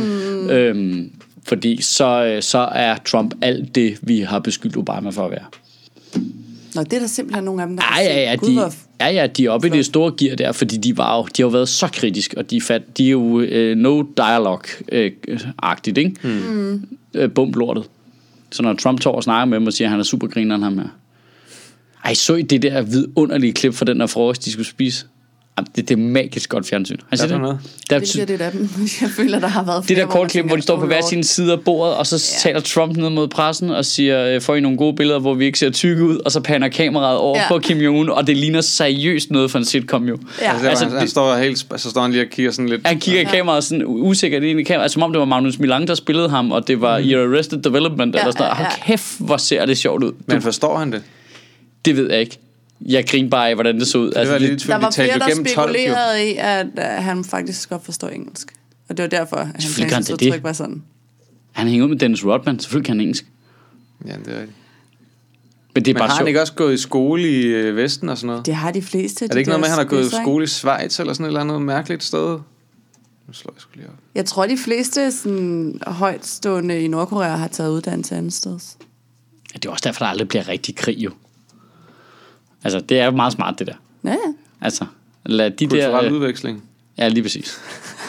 Fordi så er Trump alt det, vi har beskyldt Obama for at være. Nå, det er der simpelthen nogle af dem, der de er oppe i det store gear der, fordi de har jo været så kritiske, og de er jo no dialogue-agtigt, ikke? Bumblortet. Så når Trump tager og snakker med dem og siger, at han er supergrineren ham her. Ej, så I det der vidunderlige klip fra den der frokost, de skulle spise? Det er magisk godt fjernsyn. Har I set det? Det er dem. Jeg føler, der har været det der kortklip, hvor de står på hver sin side af bordet, og så taler Trump ned mod pressen og siger, får I nogle gode billeder, hvor vi ikke ser tykke ud, og så panner kameraet over på Kim Jong-un, og det ligner seriøst noget for en sitcom jo. Altså, han står helt, så står han lige og kigger sådan lidt. Han kigger i kameraet sådan usikkert ind i kameraet, altså, som om det var Magnus Milang, der spillede ham, og det var i Arrested Development, eller sådan noget. Kæft, hvor ser det sjovt ud. Men forstår han det? Det ved jeg ikke. Jeg griner bare af, hvordan det så ud. Der var flere, der spekulerede i, at han faktisk godt forstår engelsk. Og det var derfor, at hans udtryk var sådan. Han hænger ud med Dennis Rodman. Selvfølgelig kan han engelsk. Ja, det er rigtigt. Men det er bare har han ikke også gået i skole i Vesten og sådan noget? Det har de fleste. Er det ikke noget med, at han har gået i skole i Schweiz eller sådan et eller andet mærkeligt sted? Nu slår jeg sgu lige op. Jeg tror, de fleste sådan, højtstående i Nordkorea har taget uddannelse andet sted. Ja, det er også derfor, der aldrig bliver rigtig krig jo. Altså, det er jo meget smart, det der. Ja. Altså, lad de kulturel udveksling. Ja, lige præcis.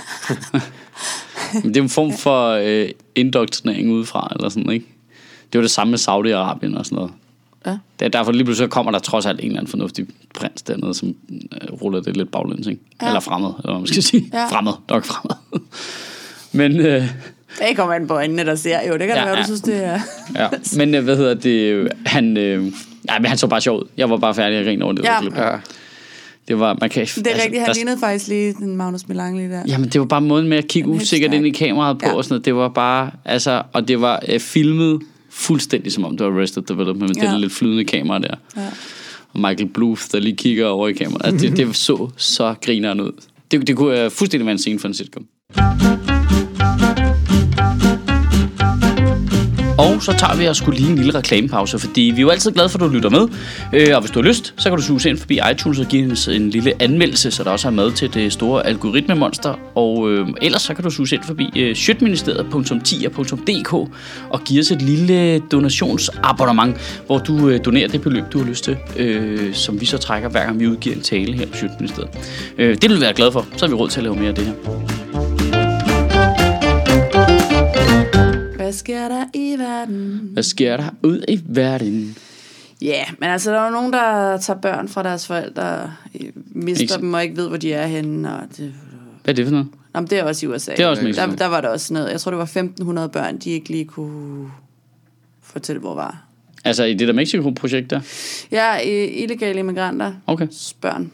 Men det er en form for indoktrinering udefra, eller sådan, ikke? Det var det samme med Saudi-Arabien og sådan noget. Ja. Det er derfor lige pludselig kommer der trods alt en eller anden fornuftig prins dernede, som ruller det lidt baglæns, ikke? Ja. Eller fremmed, eller hvad man skal sige. Ja. Fremmed, nok fremmed. Men... Det kommer an på øjnene, der ser. Jo, det kan være, du synes, det er... Ja, men hvad hedder det... Han så bare sjov ud. Jeg var bare færdig at grine over det. Ja. Det var... Man kan, det er rigtigt, han lignede faktisk lige den Magnus Milang lige der. Jamen, det var bare måden med at kigge usikkert ind i kameraet på og sådan noget. Det var bare... Altså, og det var filmet fuldstændig som om det var Arrested Development med det lidt flydende kamera der. Ja. Og Michael Bluth, der lige kigger over i kameraet. Altså, det så grineren ud. Det kunne fuldstændig være en scene for en sitcom. Og så tager vi og skulle lige en lille reklamepause, fordi vi er jo altid glade for, at du lytter med. Og hvis du har lyst, så kan du suge ind forbi iTunes og give os en lille anmeldelse, så der også er med til det store algoritmemonster. Og ellers så kan du suge ind forbi sjøtministeriet.10.dk og give os et lille donationsabonnement, hvor du donerer det beløb, du har lyst til, som vi så trækker, hver gang vi udgiver en tale her på Sjøtministeriet. Det vil vi være glade for, så har vi råd til at lave mere af det her. Hvad sker der i verden? Hvad sker der ud i verden? Ja, men altså, der er jo nogen, der tager børn fra deres forældre, mister dem og ikke ved, hvor de er henne. Og det... Hvad er det for noget? Jamen, det er også i USA. Det er også der var der også noget. Jeg tror, det var 1.500 børn, de ikke lige kunne fortælle, hvor var. Altså i det der Mexico-projekt der? Ja, illegale immigranter. Okay. Børn.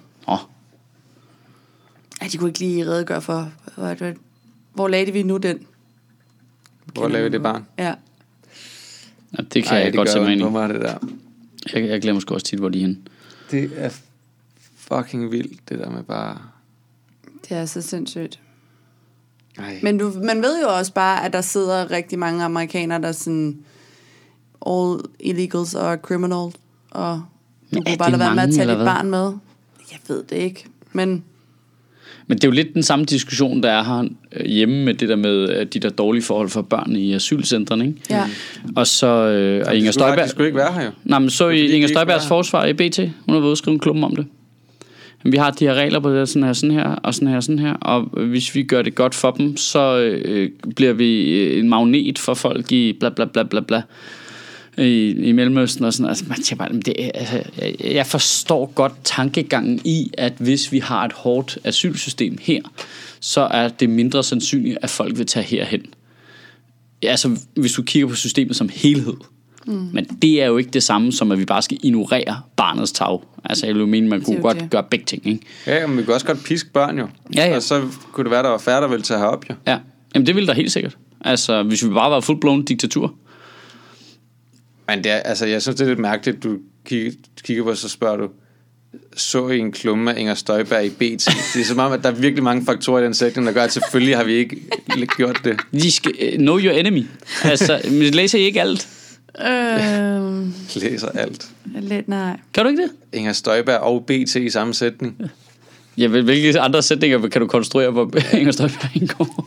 Ja, de kunne ikke lige redegøre for, hvor lagde vi nu den? Hvor lavede det barn? Ja. Det kan jeg godt se mig ind i. Det der. Jeg glemmer sgu også tit, hvor de er henne. Det er fucking vildt, det der med bare... Det er så sindssygt. Ej. Men man ved jo også bare, at der sidder rigtig mange amerikanere, der sådan... All illegals are criminal. Og du kunne bare lade være med at tage dit barn med. Jeg ved det ikke. Men det er jo lidt den samme diskussion, der er her hjemme med det der med de der dårlige forhold for børn i asylcentrene, ikke? Ja. Og så og Inger Støjberg... Det skulle ikke være her jo. Nej, men så i Inger Støjbergs forsvar i BT, hun har været ude og skrive en klum om det. Vi har de her regler på det, sådan her, og sådan her, og hvis vi gør det godt for dem, så bliver vi en magnet for folk i bla bla bla bla bla. I Mellemøsten og sådan. Altså, man siger bare, jeg forstår godt tankegangen i, at hvis vi har et hårdt asylsystem her, så er det mindre sandsynligt, at folk vil tage herhen. Altså, hvis du kigger på systemet som helhed. Men det er jo ikke det samme, som at vi bare skal ignorere barnets tag. Altså, jeg vil jo mene, man kunne godt gøre begge ting, ikke? Ja, men vi kan også godt piske børn jo. Ja. Og så kunne det være, der var færre, der ville tage herop jo. Ja, jamen det ville der helt sikkert. Altså, hvis vi bare var full-blown diktatur. Men det er, altså, jeg synes, det er lidt mærkeligt, du kigger på, så spørger du, så I en klumme af Inger Støjberg i BT? Det er som om, at der er virkelig mange faktorer i den sætning, der gør, at selvfølgelig har vi ikke gjort det. De skal know your enemy. Altså, læser I ikke alt? Læser alt. Lidt nej. Kan du ikke det? Inger Støjberg og BT i samme sætning. Ja, hvilke andre sætninger kan du konstruere, hvor Inger Støjberg indgår?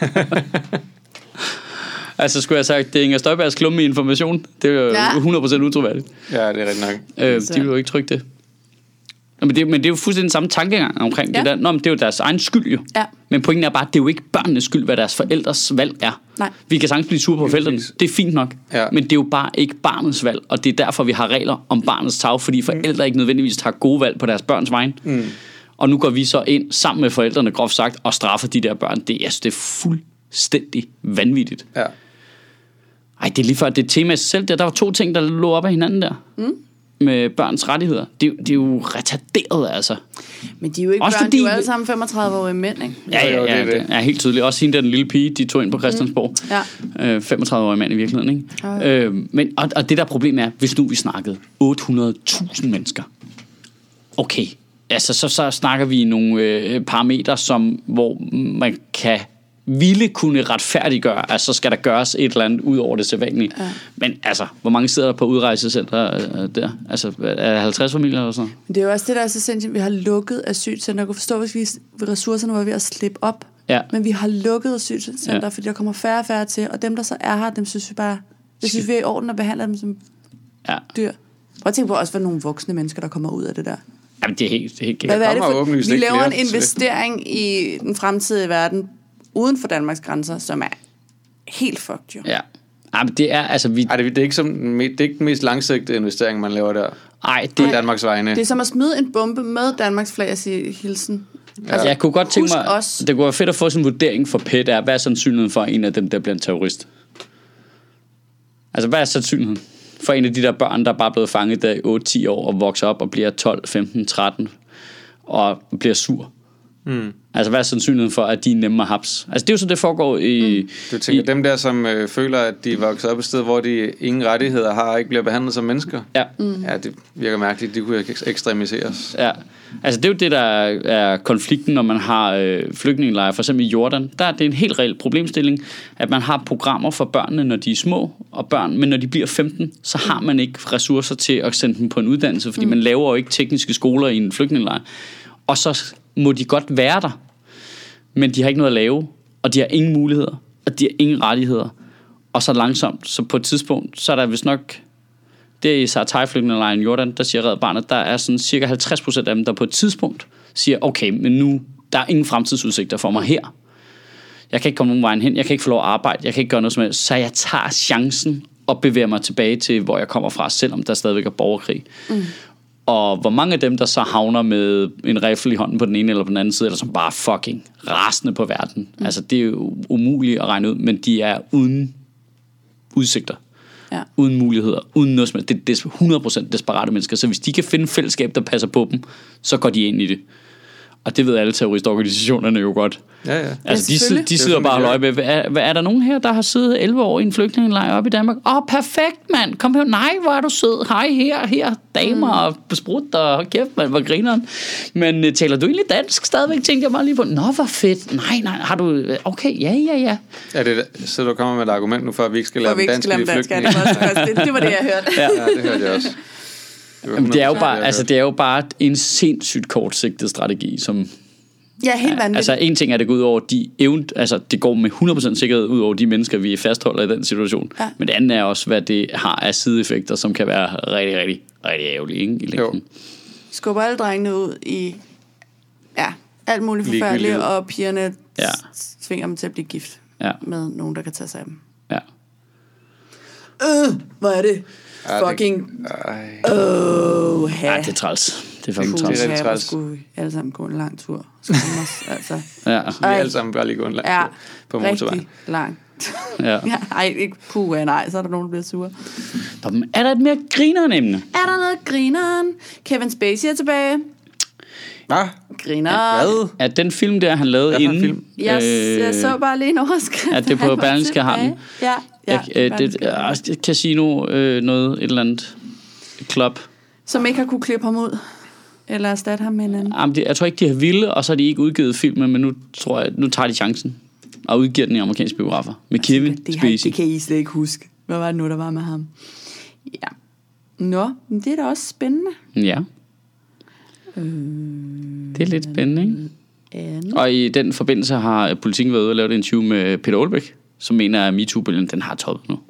Altså skulle jeg have sagt, det er Inger Støjbergs klumme i Information. Det er jo 100% utroværdigt. Ja, det er rigtig nok. De vil jo ikke trykke det. Men det er jo fuldstændig den samme tankegang omkring det der. Nå, men det er jo deres egen skyld jo. Ja. Men pointen er bare, at det er jo ikke børnenes skyld, hvad deres forældres valg er. Nej. Vi kan sagtens blive sure på forældrene. Det er fint nok. Ja. Men det er jo bare ikke barnets valg. Og det er derfor, vi har regler om barnets tag. Fordi forældre ikke nødvendigvis tager gode valg på deres børns vegne. Og nu går vi så ind sammen med forældrene, groft sagt, og straffer de der børn. Det er fuldstændig vanvittigt. Ja. Ej, det er lige før, det er tema i sig selv. Der var 2 ting, der lå op af hinanden der. Med børns rettigheder. Det er jo retarderet, altså. Men de er jo ikke også børn, de er jo alle sammen 35-årige mænd, ikke? Ja, det er helt tydeligt. Også hende der, den lille pige, de tog ind på Christiansborg. 35-årige mand i virkeligheden, ikke? Men, og det der problem er, hvis nu vi snakkede 800.000 mennesker. Okay, altså så snakker vi nogle parametre, hvor man kan ville kunne retfærdiggøre, altså så skal der gøres et eller andet ud over det sædvanlige. Ja. Men altså, hvor mange sidder der på udrejsecenter der? Altså, er 50 familier eller sådan? Men det er jo også det, der er så sindssygt. Vi har lukket asylcenter. Jeg kunne forstå, hvis vi ressourcerne var ved at slippe op. Ja. Men vi har lukket asylcenter, fordi der kommer færre og færre til. Og dem, der så er her, dem synes vi bare, det synes vi er i orden at behandle dem som dyr. Prøv at tænke på også, hvad nogle voksne mennesker, der kommer ud af det der. Jamen, det er helt hvad er det for? Vi laver en investering i den fremtidige verden, uden for Danmarks grænser, som er helt fucked jo. Ja. Men det er altså det er ikke det er ikke den mest langsigtede investering, man laver der. Nej, det er Danmarks vegne. Det er som at smide en bombe med Danmarks flag og sige hilsen. Altså, jeg kunne godt tænke mig, det kunne være fedt at få sådan en vurdering for PET, hvad er sandsynligheden for en af dem, der bliver en terrorist? Altså, hvad er sandsynligheden for en af de der børn, der er bare blevet fanget der i 8-10 år og vokser op og bliver 12, 15, 13 og bliver sur? Altså, hvad er sandsynligheden for, at de er nemme at haps? Altså, det er jo så, det foregår i... Du tænker, dem der, som føler, at de er vokset op et sted, hvor de ingen rettigheder har og ikke bliver behandlet som mennesker? Ja. Ja, det virker mærkeligt. De kunne ekstremiseres. Ja. Altså, det er jo det, der er konflikten, når man har flygtningelejre, for eksempel i Jordan. Der er det en helt reel problemstilling, at man har programmer for børnene, når de er små og børn, men når de bliver 15, så har man ikke ressourcer til at sende dem på en uddannelse, fordi man laver jo ikke tekniske skoler i en flygtningelejr. Og så må de godt være der, men de har ikke noget at lave, og de har ingen muligheder, og de har ingen rettigheder. Og så langsomt, så på et tidspunkt, så er der vist nok, det er i Sartai-flygtningelejren i Jordan, der siger Red Barnet, der er sådan cirka 50% af dem, der på et tidspunkt siger, okay, men nu, der er ingen fremtidsudsigter for mig her. Jeg kan ikke komme nogen vejen hen, jeg kan ikke få lov at arbejde, jeg kan ikke gøre noget som helst, så jeg tager chancen og bevæger mig tilbage til, hvor jeg kommer fra, selvom der stadigvæk er borgerkrig. Og hvor mange af dem, der så havner med en riffel i hånden på den ene eller på den anden side, eller som bare fucking rasende på verden. Altså, det er jo umuligt at regne ud, men de er uden udsigter. Ja. Uden muligheder, uden noget som helst. Det er 100% desperate mennesker. Så hvis de kan finde fællesskab, der passer på dem, så går de ind i det. Og det ved alle terroristorganisationerne jo godt. Ja. Altså, de sidder bare og holder øje med, er der nogen her, der har siddet 11 år i en flygtningelejr oppe i Danmark? Perfekt, mand. Kom her. Nej, hvor er du sød. Hej, her, damer og besprut og kæft, man, hvor grineren. Men taler du egentlig dansk stadigvæk? Tænkte jeg bare lige på. Nå, hvor fedt. Nej, har du... Okay, ja. Ja, så du kommer med et argument nu, for at vi ikke skal lære dansk i flygtninge. Det var det, jeg hørte. Ja, det hørte jeg også. Det er jo bare en sindssygt kortsigtet strategi, som... Ja, helt vanvittigt. Altså, en ting er, det går ud over det går med 100% sikkerhed ud over de mennesker, vi fastholder i den situation. Ja. Men det andet er også, hvad det har af sideeffekter, som kan være rigtig, rigtig, rigtig ærgerlige, ikke? I længden. Skubber alle drengene ud i alt muligt forfærdeligt, og pigerne tvinger dem til at blive gift med nogen, der kan tage sig af dem. Ja. Hvor er det? Fucking det er træls. Det er fucking træls. Det er træls. Skulle alle sammen gå en lang tur. Altså. Vi alle sammen bare lige gå en lang tur på motorvejen. Rigtig lang. Ikke nej, så er der nogen, der bliver sure. Er der et mere grineren emne? Er der noget grineren? Kevin Spacey er tilbage. Hvad? Grineren. Hvad? Er den film der, han lavede inden? Film? Jeg så bare lige en overskrift. Er det på Berlingske Havn? Ja. Casino, noget, et eller andet club. Som ikke har kunne klippe ham ud? Eller erstatte ham med en anden? Jamen, jeg tror ikke, de har ville, og så har de ikke udgivet filmen, men nu tager de chancen og udgiver den i amerikanske biografer. Med Kevin Spacey. Det kan I slet ikke huske. Hvad var det nu, der var med ham? Ja. Nå, men det er da også spændende. Ja. Det er lidt spændende, ikke? Og i den forbindelse har Politiken været ude og lavet et interview med Peter Aalbæk, som mener, at MeToo-bølgen, den har toppet nu.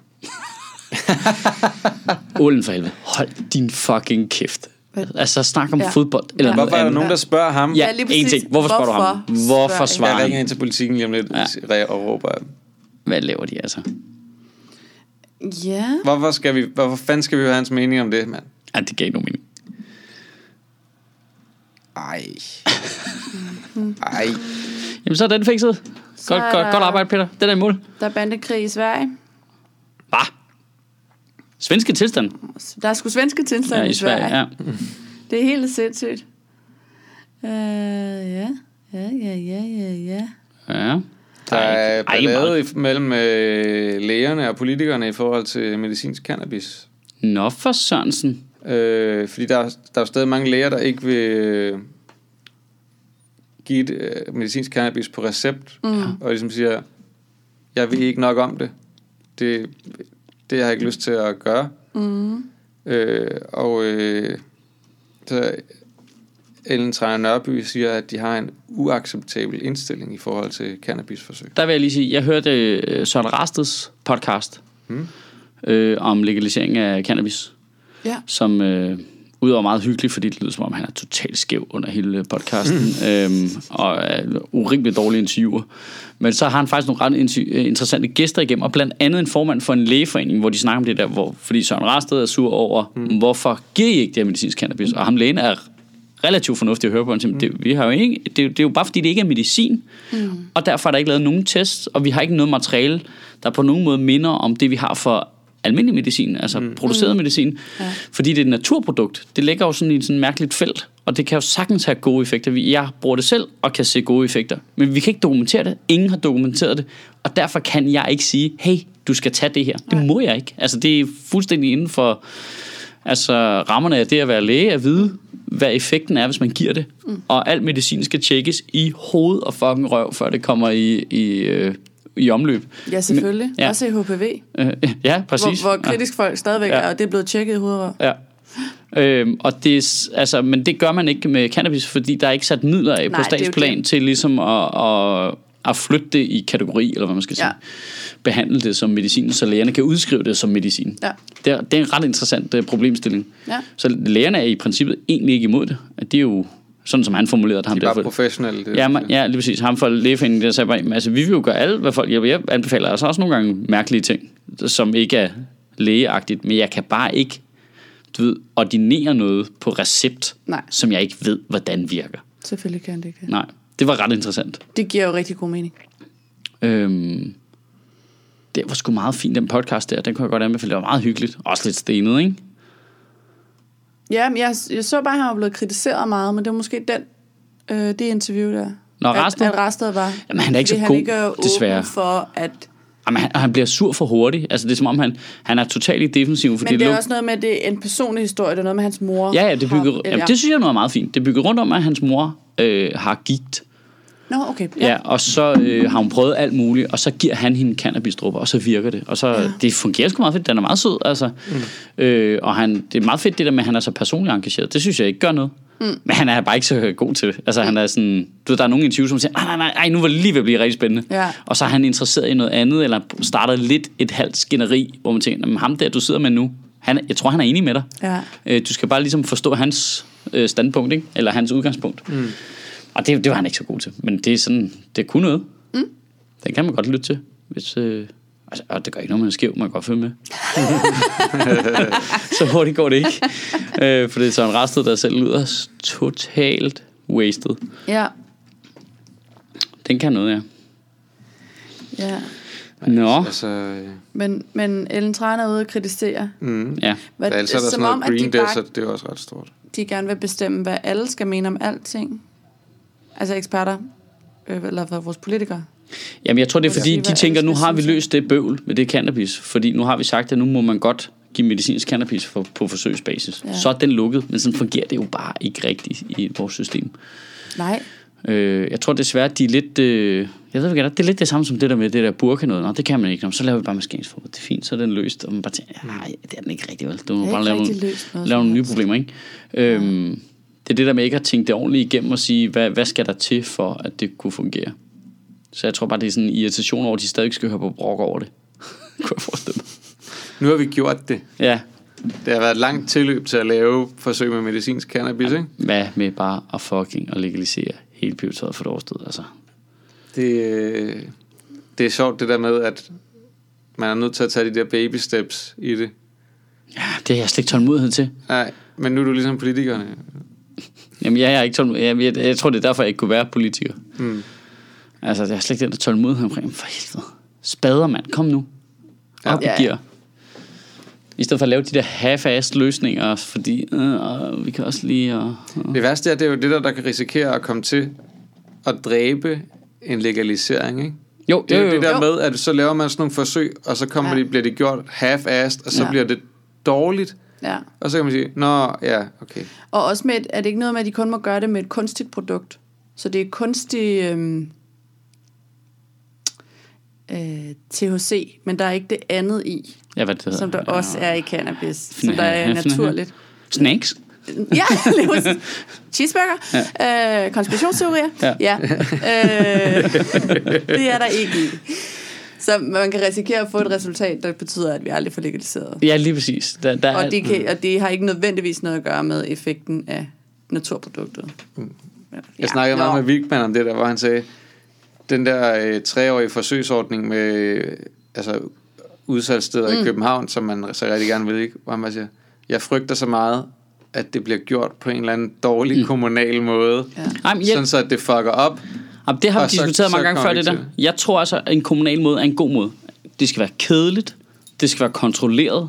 Ålen for helvede. Hold din fucking kæft. Altså snak om fodbold eller hvorfor er der nogen, der spørger ham? Ja, en ting. Hvorfor spørger du ham? Hvorfor svarer han? Jeg ringer ind til Politiken lige om lidt og råber. Hvad laver de altså? Ja. Hvorfor fanden skal vi høre hans mening om det, mand? Ja, det gav ikke nogen mening. Ej. Jamen så er den fikset. Godt arbejde, Peter. Den er i mål. Der er bandekrig i Sverige. Hvad? Svenske tilstand? Der er sgu svenske tilstand i Sverige. Ja. Det er helt sindssygt. Ja. Der er ballade mellem lægerne og politikerne i forhold til medicinsk cannabis. Nå for Sørensen. Fordi der er stadig mange læger, der ikke vil give medicinsk cannabis på recept, og ligesom siger, jeg ved ikke nok om det. Det har jeg ikke lyst til at gøre. Så Ellen Trane Nørby siger, at de har en uacceptabel indstilling i forhold til cannabisforsøg. Der vil jeg lige sige, jeg hørte Søren Rasteds podcast om legalisering af cannabis, som udover meget hyggeligt, fordi det lyder som om, han er totalt skæv under hele podcasten, og er urimeligt dårlige interviewer. Men så har han faktisk nogle ret interessante gæster igennem, og blandt andet en formand for en lægeforening, hvor de snakker om det der, fordi Søren Rasted er sur over, hvorfor giver I ikke det her medicinsk cannabis? Og ham lægen er relativt fornuftigt at høre på. Vi har jo ikke, det er jo bare fordi, det ikke er medicin, og derfor er der ikke lavet nogen tests, og vi har ikke noget materiale, der på nogen måde minder om det, vi har for almindelig medicin, altså produceret medicin, fordi det er et naturprodukt. Det ligger jo sådan i sådan et mærkeligt felt, og det kan jo sagtens have gode effekter. Jeg bruger det selv og kan se gode effekter, men vi kan ikke dokumentere det. Ingen har dokumenteret det, og derfor kan jeg ikke sige, hey, du skal tage det her. Det må jeg ikke. Altså, det er fuldstændig inden for rammerne af det at være læge, at vide, hvad effekten er, hvis man giver det. Og al medicin skal tjekkes i hoved og fucking røv, før det kommer i omløb. Ja, selvfølgelig. Men, også i HPV. Ja, præcis. Hvor kritisk folk stadigvæk er, og det er blevet tjekket i hoved og røv. Ja. Og det, men det gør man ikke med cannabis, fordi der er ikke sat midler af på statsplan til ligesom at flytte det i kategori, eller hvad man skal sige. Behandle det som medicin, så lægerne kan udskrive det som medicin. Ja. Det er en ret interessant problemstilling. Ja. Så lægerne er i princippet egentlig ikke imod det. Det er jo sådan, som han formulerede det. De er bare professionelle. Ja, lige præcis. Ham for lægeforeningen, der sagde bare, altså, vi vil jo gøre alt, hvad folk hjælper. Jeg anbefaler altså også nogle gange mærkelige ting, som ikke er lægeagtigt, men jeg kan bare ikke ordinere noget på recept, som jeg ikke ved, hvordan virker. Selvfølgelig kan det ikke. Nej, det var ret interessant. Det giver jo rigtig god mening. Det var sgu meget fint, den podcast der. Den kunne jeg godt anbefale. Det var meget hyggeligt. Også lidt stenet, ikke? Ja, men jeg så bare, at han var blevet kritiseret meget, men det var måske det interview der. At Rasted var. Jamen, han er ikke så god, han ikke er desværre. For at... Jamen, han bliver sur for hurtigt. Altså, det er som om, han er totalt i defensiv. Men det er også noget med, det er en personlig historie. Det er noget med hans mor. Ja, det synes jeg er meget fint. Det bygger rundt om, at hans mor har gigt. Okay. Ja, og så har hun prøvet alt muligt, og så giver han hende cannabisdrupper, og så virker det. Og så, det fungerer sgu meget fedt, den er meget sød, altså. Og det er meget fedt det der med, at han er så personligt engageret. Det synes jeg ikke gør noget. Men han er bare ikke så god til det. Altså han er sådan, der er nogle interviews, som siger, nej, nu var det lige ved at blive rigtig spændende. Ja. Og så er han interesseret i noget andet, eller starter lidt et halvt skænderi, hvor man tænker, men ham der, du sidder med nu, jeg tror, han er enig med dig. Ja. Du skal bare ligesom forstå hans standpunkt, ikke? Eller hans udgangspunkt. Og det var han ikke så god til. Men det er sådan, det er kun noget. Den kan man godt lytte til. Hvis, og det gør ikke noget, man er skæv, man kan godt følge med. Så hurtigt går det ikke. For det er sådan en Rasted, der selv lyder totalt wasted. Ja. Den kan noget, ja. Nå. Men Ellen Tran er ude og kritisere. Ja. Der er altså sådan noget Green Desert, det er også ret stort. De gerne vil bestemme, hvad alle skal mene om alting. Altså eksperter, eller vores politikere. Jamen jeg tror det er fordi de tænker, nu har vi løst det bøvl med det cannabis. Fordi nu har vi sagt, at nu må man godt give medicinsk cannabis på forsøgsbasis. Så er den lukket, men sådan fungerer det jo bare ikke rigtigt i vores system. Nej. Jeg tror desværre, at de er lidt... jeg ved ikke, det er lidt det samme som det der med det der burka noget. Nå, det kan man ikke. Nå, så laver vi bare maskeringsforbud. Det er fint, så er den løst. Og man bare tænker, nej, det er den ikke rigtig vel. Du må bare lave nogle nye problemer, ikke? Det er det der med ikke at tænke det ordentligt igennem og sige, hvad skal der til for, at det kunne fungere. Så jeg tror bare, det er sådan en irritation over, at de stadig skal høre på brok over det. Kunne jeg forestille mig. Nu har vi gjort det. Ja. Det har været et langt tilløb til at lave forsøg med medicinsk cannabis, ikke? Hvad med bare at fucking legalisere hele pivetøjet for et årsted, altså? Det er sjovt det der med, at man er nødt til at tage de der baby steps i det. Ja, det er jeg slet ikke tålmodighed til. Nej, men nu er du ligesom politikerne. Jamen, jeg er ikke tålmodighed. Jeg tror, det er derfor, jeg ikke kunne være politiker. Altså, jeg har slet ikke den der tålmodighed omkring. For helvede. Spader, mand. Kom nu. Op i gear. I stedet for at lave de der half-assed løsninger, fordi vi kan også lige... Det værste er, det er jo det der kan risikere at komme til at dræbe en legalisering, ikke? Jo, det er jo det der med, at så laver man sådan nogle forsøg, og så bliver det gjort half-assed, og så bliver det dårligt. Ja. Og så kan man sige, okay. Og også med, er det ikke noget med, at de kun må gøre det med et kunstigt produkt? Så det er kunstig THC, men der er ikke det andet i, hvad det hedder. Som der også er i cannabis, som der er naturligt. Snakes? Ja, cheeseburger, konspirationsteorier, ja. Det er der ikke i. Så man kan risikere at få et resultat, der betyder, at vi aldrig får legaliseret. Ja, lige præcis. Og det har ikke nødvendigvis noget at gøre med effekten af naturproduktet. Jeg snakkede meget med Wigman om det der, hvor han sagde, den der 3-årige forsøgsordning med udsalgssteder i København, som man så rigtig gerne vil, ikke? Hvor han bare siger, jeg frygter så meget, at det bliver gjort på en eller anden dårlig kommunal måde. Sådan så, at det fucker op. Det har vi diskuteret mange gange før det der. Jeg tror altså, at en kommunal måde er en god måde. Det skal være kedeligt. Det skal være kontrolleret.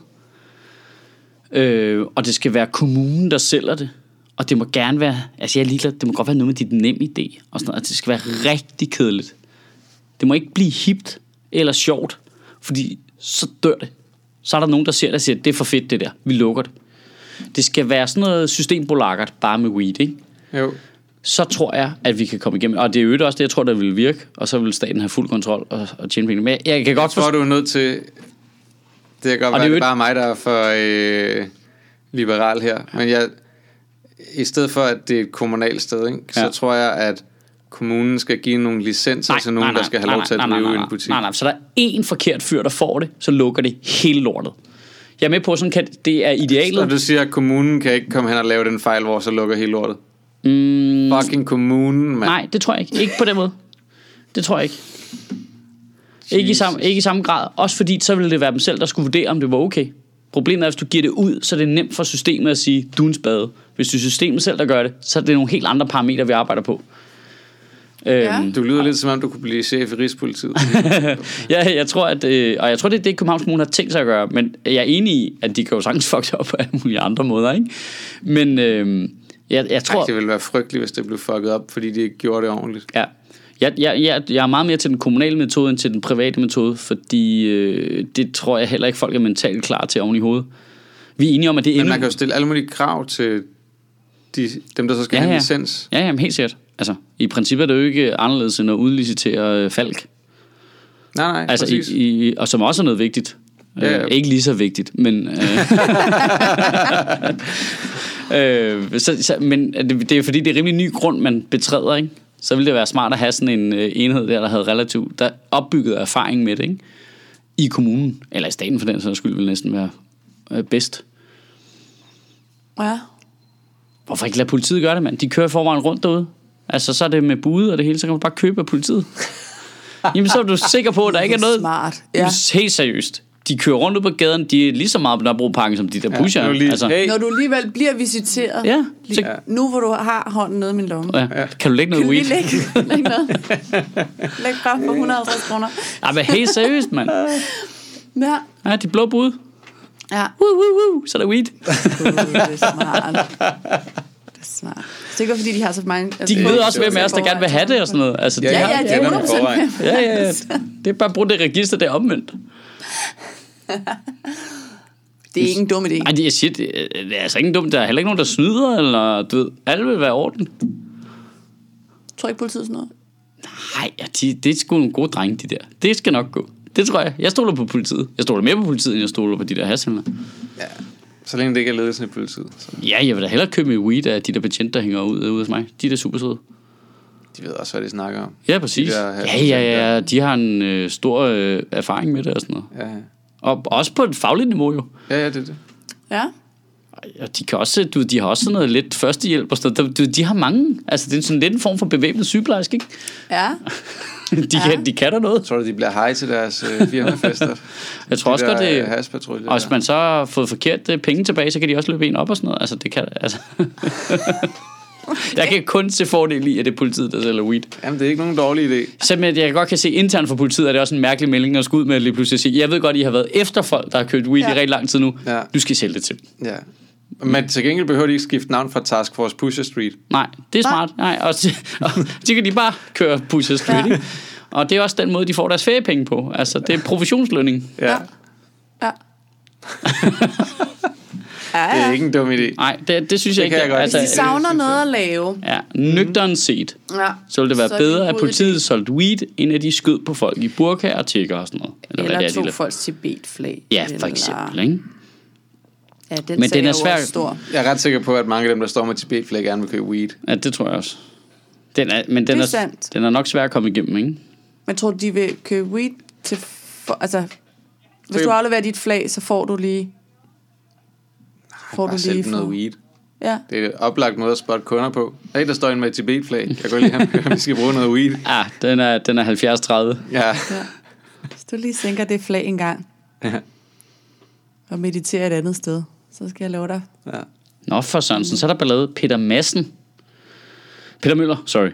Og det skal være kommunen, der sælger det. Og det må gerne være, altså jeg er ligeglad, det må godt være noget med dit nem idé og sådan noget. Altså det skal være rigtig kedeligt. Det må ikke blive hipt eller sjovt, fordi så dør det. Så er der nogen, der ser det og siger, det er for fedt det der, vi lukker det. Det skal være sådan noget systembolaget, bare med weed, ikke? Jo. Så tror jeg, at vi kan komme igennem. Og det er jo også det, jeg tror, der vil virke. Og så vil staten have fuld kontrol og tjene penge. Men jeg tror, du er nødt til... Det kan godt være, det er bare mig, der er for liberal her. Men i stedet for, at det er et kommunalt sted, ikke, så tror jeg, at kommunen skal give nogle licenser til nogen, der skal have lov til at drive en butik. Nej. Så der er én forkert fyr, der får det, så lukker det hele lortet. Jeg er med på, sådan det er idealet. Og du siger, at kommunen kan ikke komme hen og lave den fejl, hvor så lukker hele lortet? Fucking kommunen, mand. Nej, det tror jeg ikke. Ikke på den måde. Det tror jeg ikke. Ikke i samme grad. Også fordi, så ville det være dem selv, der skulle vurdere, om det var okay. Problemet er, hvis du giver det ud, så er det nemt for systemet at sige, du er en spade. Hvis det er systemet selv, der gør det, så er det nogle helt andre parametre, vi arbejder på. Du lyder lidt som om, du kunne blive chef i Rigspolitiet. Jeg tror, at og jeg tror, det er det, Københavns Kommune har tænkt sig at gøre. Men jeg er enig i, at de kan jo sagtens fuck op på alle mulige andre måder, ikke? Men jeg tror... det ville være frygteligt, hvis det blev fucket op, fordi de ikke gjorde det ordentligt. Ja. Jeg er meget mere til den kommunale metode end til den private metode, fordi det tror jeg heller ikke, folk er mentalt klar til oven i hovedet. Vi er enige om, at det er Men man kan jo stille alle mulige krav til dem, der så skal have en licens. Ja, helt sikkert. Altså, i princippet er det jo ikke anderledes end at udlicitere Falk. Nej, altså, præcis. og som også er noget vigtigt. Ja. Ikke lige så vigtigt, men... men det er fordi, det er rimelig ny grund, man betræder, ikke? Så ville det være smart at have sådan en enhed der havde relativt der opbygget erfaring med det, ikke? I kommunen, eller i staten for den sags skyld, vil næsten være bedst. Ja. Hvorfor ikke lade politiet gøre det, mand? De kører forvejen rundt derude. Altså, så er det med bude og det hele, så kan man bare købe af politiet. Jamen, så er du sikker på, at der ikke er noget... Smart. Ja. Helt seriøst. De kører rundt ud på gaden, de er lige så meget på Nørrebroparken som de der pusher. Altså. Når du alligevel bliver visiteret, nu hvor du har hånden nede i min lomme. Ja. Kan du lægge noget weed? Læg noget. Læg bare for 150 kroner. Ja, men helt seriøst, mand. Ja, de blå bud. Ja. Så er der weed. Det er smart. Det er smart. Det er ikke fordi, de har så mange... Altså, de ved også, hvem af os, der gerne vil have det og sådan noget. Altså, det er 100%. Ja. Det er bare at bruge det register, der omvendt. Det er ikke en dum idé. Ej, det er altså ikke en dum. Der er heller ikke nogen, der snyder, eller du ved, alle vil være orden. Tror ikke politiet sådan noget? Nej, det er sgu nogle gode drenge, de der. Det skal nok gå. Det tror jeg. Jeg stoler på politiet. Jeg stoler mere på politiet, end jeg stoler på de der hashhandlere. Ja, så længe det ikke er ledelsen i politiet. Så. Ja, jeg vil da hellere købe med weed af de der betjente, der hænger ud hos mig. De er da super søde. De ved også, hvad de snakker om. Ja, præcis. Ja. De har en stor erfaring med det og sådan noget. Ja. Og også på et fagligt niveau jo. Ja, det er det. Ja. Og de kan også, de har også sådan noget lidt førstehjælp og sådan noget. De har mange. Altså, det er sådan lidt en form for bevæbnet sygeplejerske, ikke? Ja. De kan der noget. Tror du, de bliver hej til deres firmafester? Jeg tror også godt, det... Og hvis man så har fået forkert penge tilbage, så kan de også løbe en op og sådan noget. Altså, det kan... Altså. Jeg kan kun se fordel i, at det er politiet, der sælger weed. Jamen, det er ikke nogen dårlig idé. Simpelthen, jeg godt kan se internt for politiet, at det er også en mærkelig melding at skulle ud med at lige pludselig sige, jeg ved godt, I har været efter folk, der har købt weed i rigtig lang tid nu. Ja. Du skal sælge det til. Ja. Men til gengæld behøver de ikke skifte navn fra Task Force Pusher Street. Nej, det er smart. Nej, og så kan de bare køre Pusher Street. Ja. Og det er også den måde, de får deres feriepenge på. Altså, det er provisionslønning. Ja. Det er ikke en dum idé. Nej, det synes jeg ikke. Altså, hvis de savner noget at lave. Ja, nøgteren set. Ja. Så ville det være bedre, at politiet solgte weed, end at de skød på folk i burka og tigger og sådan noget. Eller tog folks Tibet-flag. Ja, for eksempel, ikke? Ja, men den er svær. Stor. Jeg er ret sikker på, at mange af dem, der står med Tibet-flag, gerne vil købe weed. Ja, det tror jeg også. Den er nok svær at komme igennem, ikke? Men tror du, de vil købe weed til... Altså, hvis du afleverer dit flag, så får du lige... Får du lige noget weed. Ja. Det er et oplagt måde at spotte kunder på. Der er en, der står inde med et Tibet-flag. Jeg kan godt lige have, vi skal bruge noget weed. Ja, den er 70-30. Ja. Hvis du lige sænker det flag en gang, og mediterer et andet sted, så skal jeg love dig. Ja. Nå, for Sørensen, så er der ballade. Peter Møller, sorry.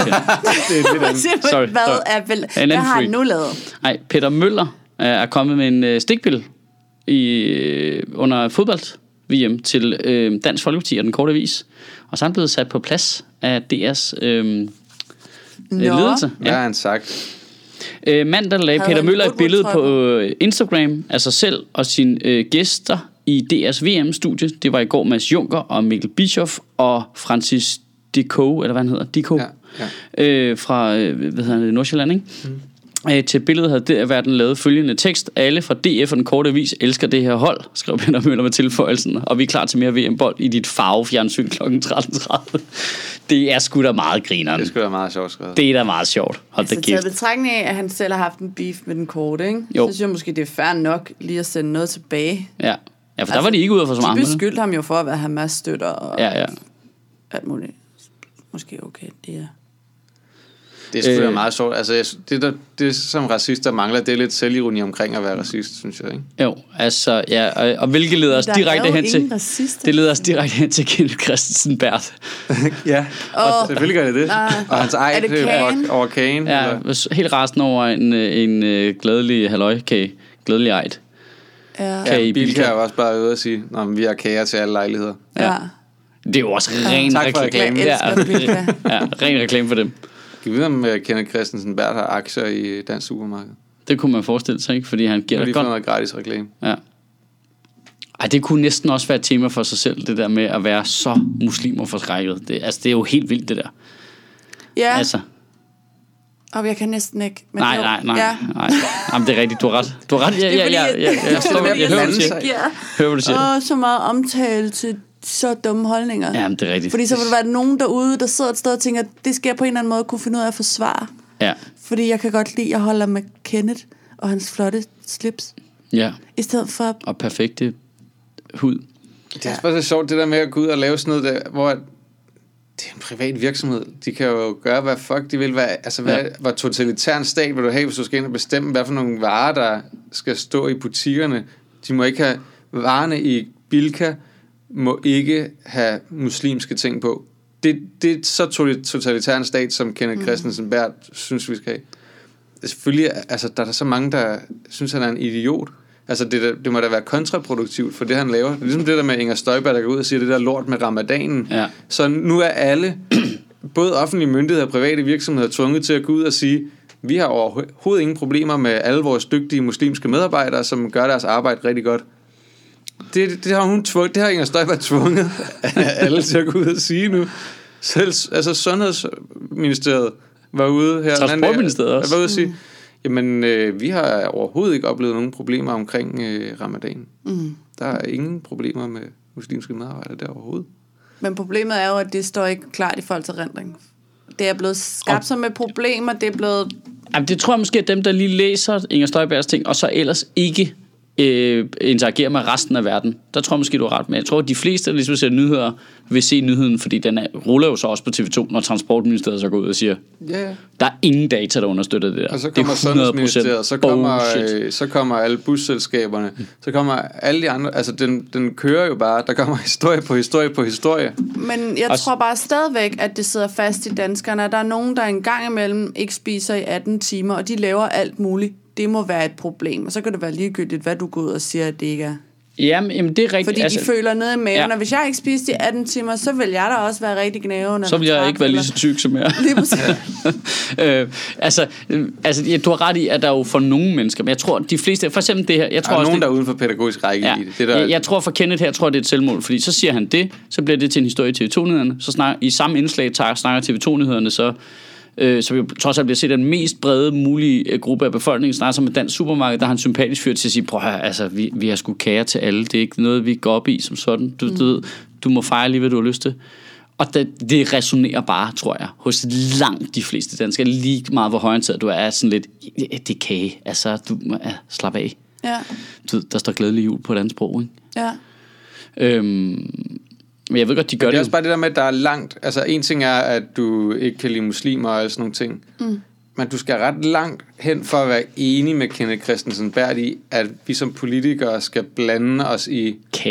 Hvad har han nu lavet? Nej, Peter Møller er kommet med en stikpille under fodbold-VM til Dansk Folkeparti og Den Korte Avis. Og så er han blevet sat på plads af DR's ledelse. Hvad har han sagt? Mandag lagde Peter Møller et billede på Instagram af sig selv og sine gæster i DR's VM-studie. Det var i går Mads Juncker og Mikkel Bischoff og Francis Dicot, eller hvad han hedder, Dicot, fra Nordsjælland, ikke? Til billedet havde verden lavet følgende tekst: alle fra DF og Den Korte Avis elsker det her hold, skrev Peter Møller med tilføjelsen, og vi er klar til mere VM-bold i dit farvefjernsyn kl. 13.30. Det er sgu da meget grineren. Det er sgu da meget sjovt skrevet. Det er da meget sjovt. Hold da kæft. Så taget betragtning af, at han selv har haft en beef med Den Korte, ikke? Så synes jeg måske, det er fair nok lige at sende noget tilbage. Ja, for der var de ikke ude for så meget. De beskyldte ham jo for at være Hamas-støtter og alt muligt. Måske okay, det er... Det er selvfølgelig meget sjovt. Altså, det som racister mangler, det er lidt selvironi omkring at være racist, synes jeg, ikke? Jo, altså, ja, og hvilket leder os direkte hen til... Det leder os direkte hen til Kenneth Kristensen Berth. Ja, og selvfølgelig gør det. Og hans eget over kagen. Ja, helt resten over en glædelig halløjkage. Glædelig ejet. Ja, Bilka er også bare ude at sige, at vi har kager til alle lejligheder. Ja. Det er jo også ren reklame. Jeg elsker Bilka. Ja, ren reklame for dem. Kan vi vide, om Kenneth Kristensen Berth har aktier i Dansk Supermarked? Det kunne man forestille sig, ikke? Fordi han giver dig godt noget gratis reklame. Ja. Ej, det kunne næsten også være et tema for sig selv, det der med at være så muslimer forskrækket. Det er jo helt vildt, det der. Ja. Altså. Og jeg kan næsten ikke. Men nej. Ja. Nej. Jamen, det er rigtigt. Du har ret. Jeg hører, hvad du siger. Så meget omtale til så dumme holdninger. Jamen, det er rigtigt. Fordi så vil der være nogen derude, der sidder et sted og tænker, det skal jeg på en eller anden måde kunne finde ud af at forsvare. Ja. Fordi jeg kan godt lide at holde med Kenneth og hans flotte slips. Ja. I stedet for... Og perfekte hud. Det er bare så sjovt, det der med at gå ud og lave sådan noget der, hvor det er en privat virksomhed. De kan jo gøre, hvad fuck de vil. Hvor totalitær en stat vil du have, hvis du skal ind og bestemme, hvad for nogle varer, der skal stå i butikkerne. De må ikke have varerne i Bilka, må ikke have muslimske ting på. Det er så totalitær en stat, som Kenneth Kristensen Berth synes, vi skal have. Selvfølgelig, altså, der er der så mange, der synes, han er en idiot. Altså, det må da være kontraproduktivt for det, han laver. Det er ligesom det der med Inger Støjberg, der går ud og siger det der lort med ramadanen. Ja. Så nu er alle, både offentlige myndigheder og private virksomheder, tvunget til at gå ud og sige, vi har overhovedet ingen problemer med alle vores dygtige muslimske medarbejdere, som gør deres arbejde rigtig godt. Det har hun tvunget, det har Inger Støjberg tvunget alle til at gå ud og sige nu. Selv, altså Sundhedsministeriet var ude her. Transportministeriet også. Var ude og sige, jamen vi har overhovedet ikke oplevet nogen problemer omkring ramadan. Der er ingen problemer med muslimske medarbejdere der overhovedet. Men problemet er jo, at det står ikke klart i folks erindring. Det er blevet skabt som et problem, og det er blevet... Jamen, det tror jeg måske, at dem, der lige læser Inger Støjbergs ting, og så ellers ikke interagerer med resten af verden. Der tror jeg måske, du er ret med. Jeg tror, at de fleste, der ligesom ser nyheder, vil se nyheden, fordi den ruller jo så også på TV2, når Transportministeriet så går ud og siger, der er ingen data, der understøtter det der. Og så kommer Sundhedsministeriet, så kommer alle busselskaberne, så kommer alle de andre, altså den kører jo bare, der kommer historie på historie på historie. Men jeg tror bare stadigvæk, at det sidder fast i danskerne, der er nogen, der en gang imellem ikke spiser i 18 timer, og de laver alt muligt. Det må være et problem, og så kan det være ligegyldigt, hvad du går ud og siger, at det ikke er. Jamen, det er rigtigt. Fordi de føler nede i maven, og hvis jeg ikke spiste i 18 timer, så vil jeg da også være rigtig gnævende. Så vil jeg ikke være lige så tyk som jeg. Lige præcis. Du har ret i, at der er jo for nogle mennesker, men jeg tror, de fleste, for eksempel det her, jeg tror også, nogen, der er uden for pædagogisk række i det. Jeg tror for Kenneth her, tror det er et selvmål, fordi så siger han det, så bliver det til en historie i TV2-nyhederne, så i samme indslag snakker TV2-nyhederne så vi trods alt bliver set den mest brede mulige gruppe af befolkningen, snart som et dansk supermarked, der har en sympatisk fyr til at sige, prøv her, altså, vi har sgu kære til alle, det er ikke noget, vi går op i som sådan, du må fejre lige, hvad du har lyst til. Og det resonerer bare, tror jeg, hos langt de fleste danskere, lige meget hvor højorienteret du er, sådan lidt, det er kage, altså, du må slappe af. Ja. Der står glædelig jul på et andet sprog, ikke? Ja. Men jeg ved godt, de gør det. Det er også bare det der med, at der er langt. Altså en ting er, at du ikke kan lide muslimer og sådan nogle ting. Men du skal ret langt hen for at være enig med Kenneth Kristensen Berth i, at vi som politikere skal blande os i kage.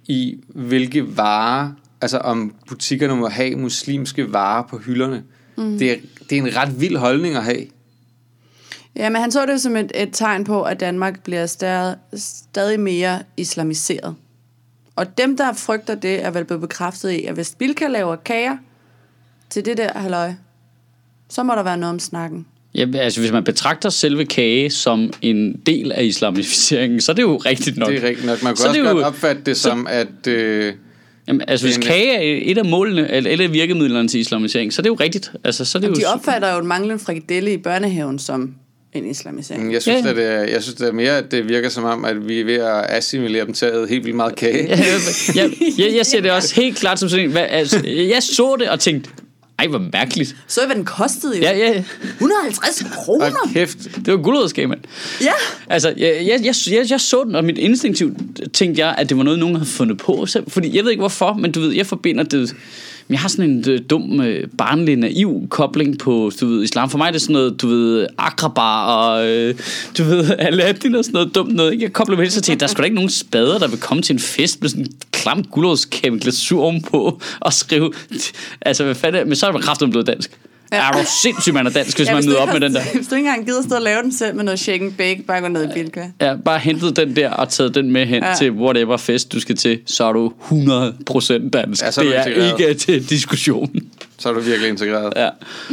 i hvilke varer, altså om butikkerne må have muslimske varer på hylderne. Det er en ret vild holdning at have. Ja, men han så det som et tegn på, at Danmark bliver stadig mere islamiseret. Og dem, der frygter det, er vel blevet bekræftet i, at hvis Bilka laver kager til det der halløj, så må der være noget om snakken. Ja, altså hvis man betragter selve kage som en del af islamiseringen, så er det jo rigtigt nok. Det er rigtigt nok. Man kan også godt opfatte det som, at... Jamen, altså hvis kage er et af målene, eller et af virkemidlerne til islamisering, så er det jo rigtigt. Altså, så er det de opfatter jo en manglende frikadelle i børnehaven som en islamisering. Jeg synes, jeg synes det er mere, at det virker som om, at vi er ved at assimilere dem til at æde helt vildt meget kage. Jeg ser det også helt klart som sådan, jeg så det og tænkte, ej, hvor mærkeligt. Så hvad den kostede jo. Ja. 150 kroner. Kæft. Det var guldrådskage, mand. Ja. Altså, jeg så den, og mit instinktivt tænkte jeg, at det var noget, nogen havde fundet på. Fordi jeg ved ikke hvorfor, men du ved, jeg forbinder det... Men jeg har sådan en dum, barnlig, naiv kobling på, du ved, islam. For mig er det sådan noget, du ved, Akrabar og, du ved, Aladdin og sådan noget dumt noget. Jeg kobler mig helt så til, at der er sgu da ikke nogen spader, der vil komme til en fest med sådan en klam guldrådskage med glasur ovenpå og skrive, altså hvad fanden, men så er man kraftigt blevet dansk. Ja. Er du sindssygt, man er dansk, hvis man møder op med den der. Hvis du ikke engang gider stå og lave den selv med noget shake and bake, bare gå ned i Bilka. Ja, bare hentet den der og taget den med hen til whatever fest du skal til, så er du 100% dansk. Ja, det er ikke til diskussion. Så er du virkelig integreret. Ja.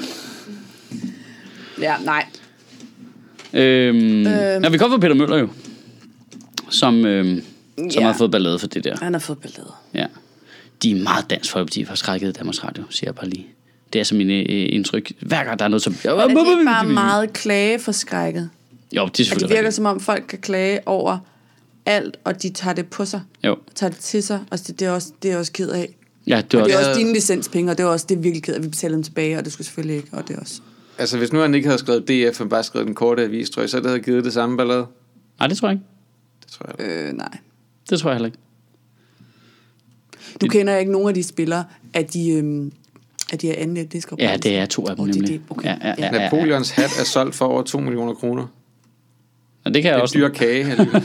Ja, nej. Ja, vi kommer fra Peter Møller jo, som har fået ballade for det der. Han har fået ballade. Ja. De er meget Dansk Folkeparti for skrækket i Danmarks Radio, siger jeg bare lige. Det er så mine indtryk. Hver gang der er noget som... Er det ikke bare meget klageforskrækket? Jo, det er selvfølgelig. Det virker som om folk kan klage over alt, og de tager det på sig. Jo. Tager det til sig, og det er også ked af. Ja, det er også dine licenspenge, og det er også det er virkelig ked af, at vi betaler dem tilbage, og det skulle selvfølgelig ikke, og det er også... Altså, hvis nu han ikke havde skrevet DF, men bare skrevet den korte avis, tror jeg, så det havde givet det samme ballade? Nej, det tror jeg ikke. Det tror jeg nej. Det tror jeg heller ikke. Du kender ikke nogen af de spillere, at de er anden etnisk oprindelse? Ja, det er 2 af dem nemlig. Okay. Ja. Napoleons hat er solgt for over 2 millioner kroner. Og det kan jeg også. Det er dyr kage alligevel.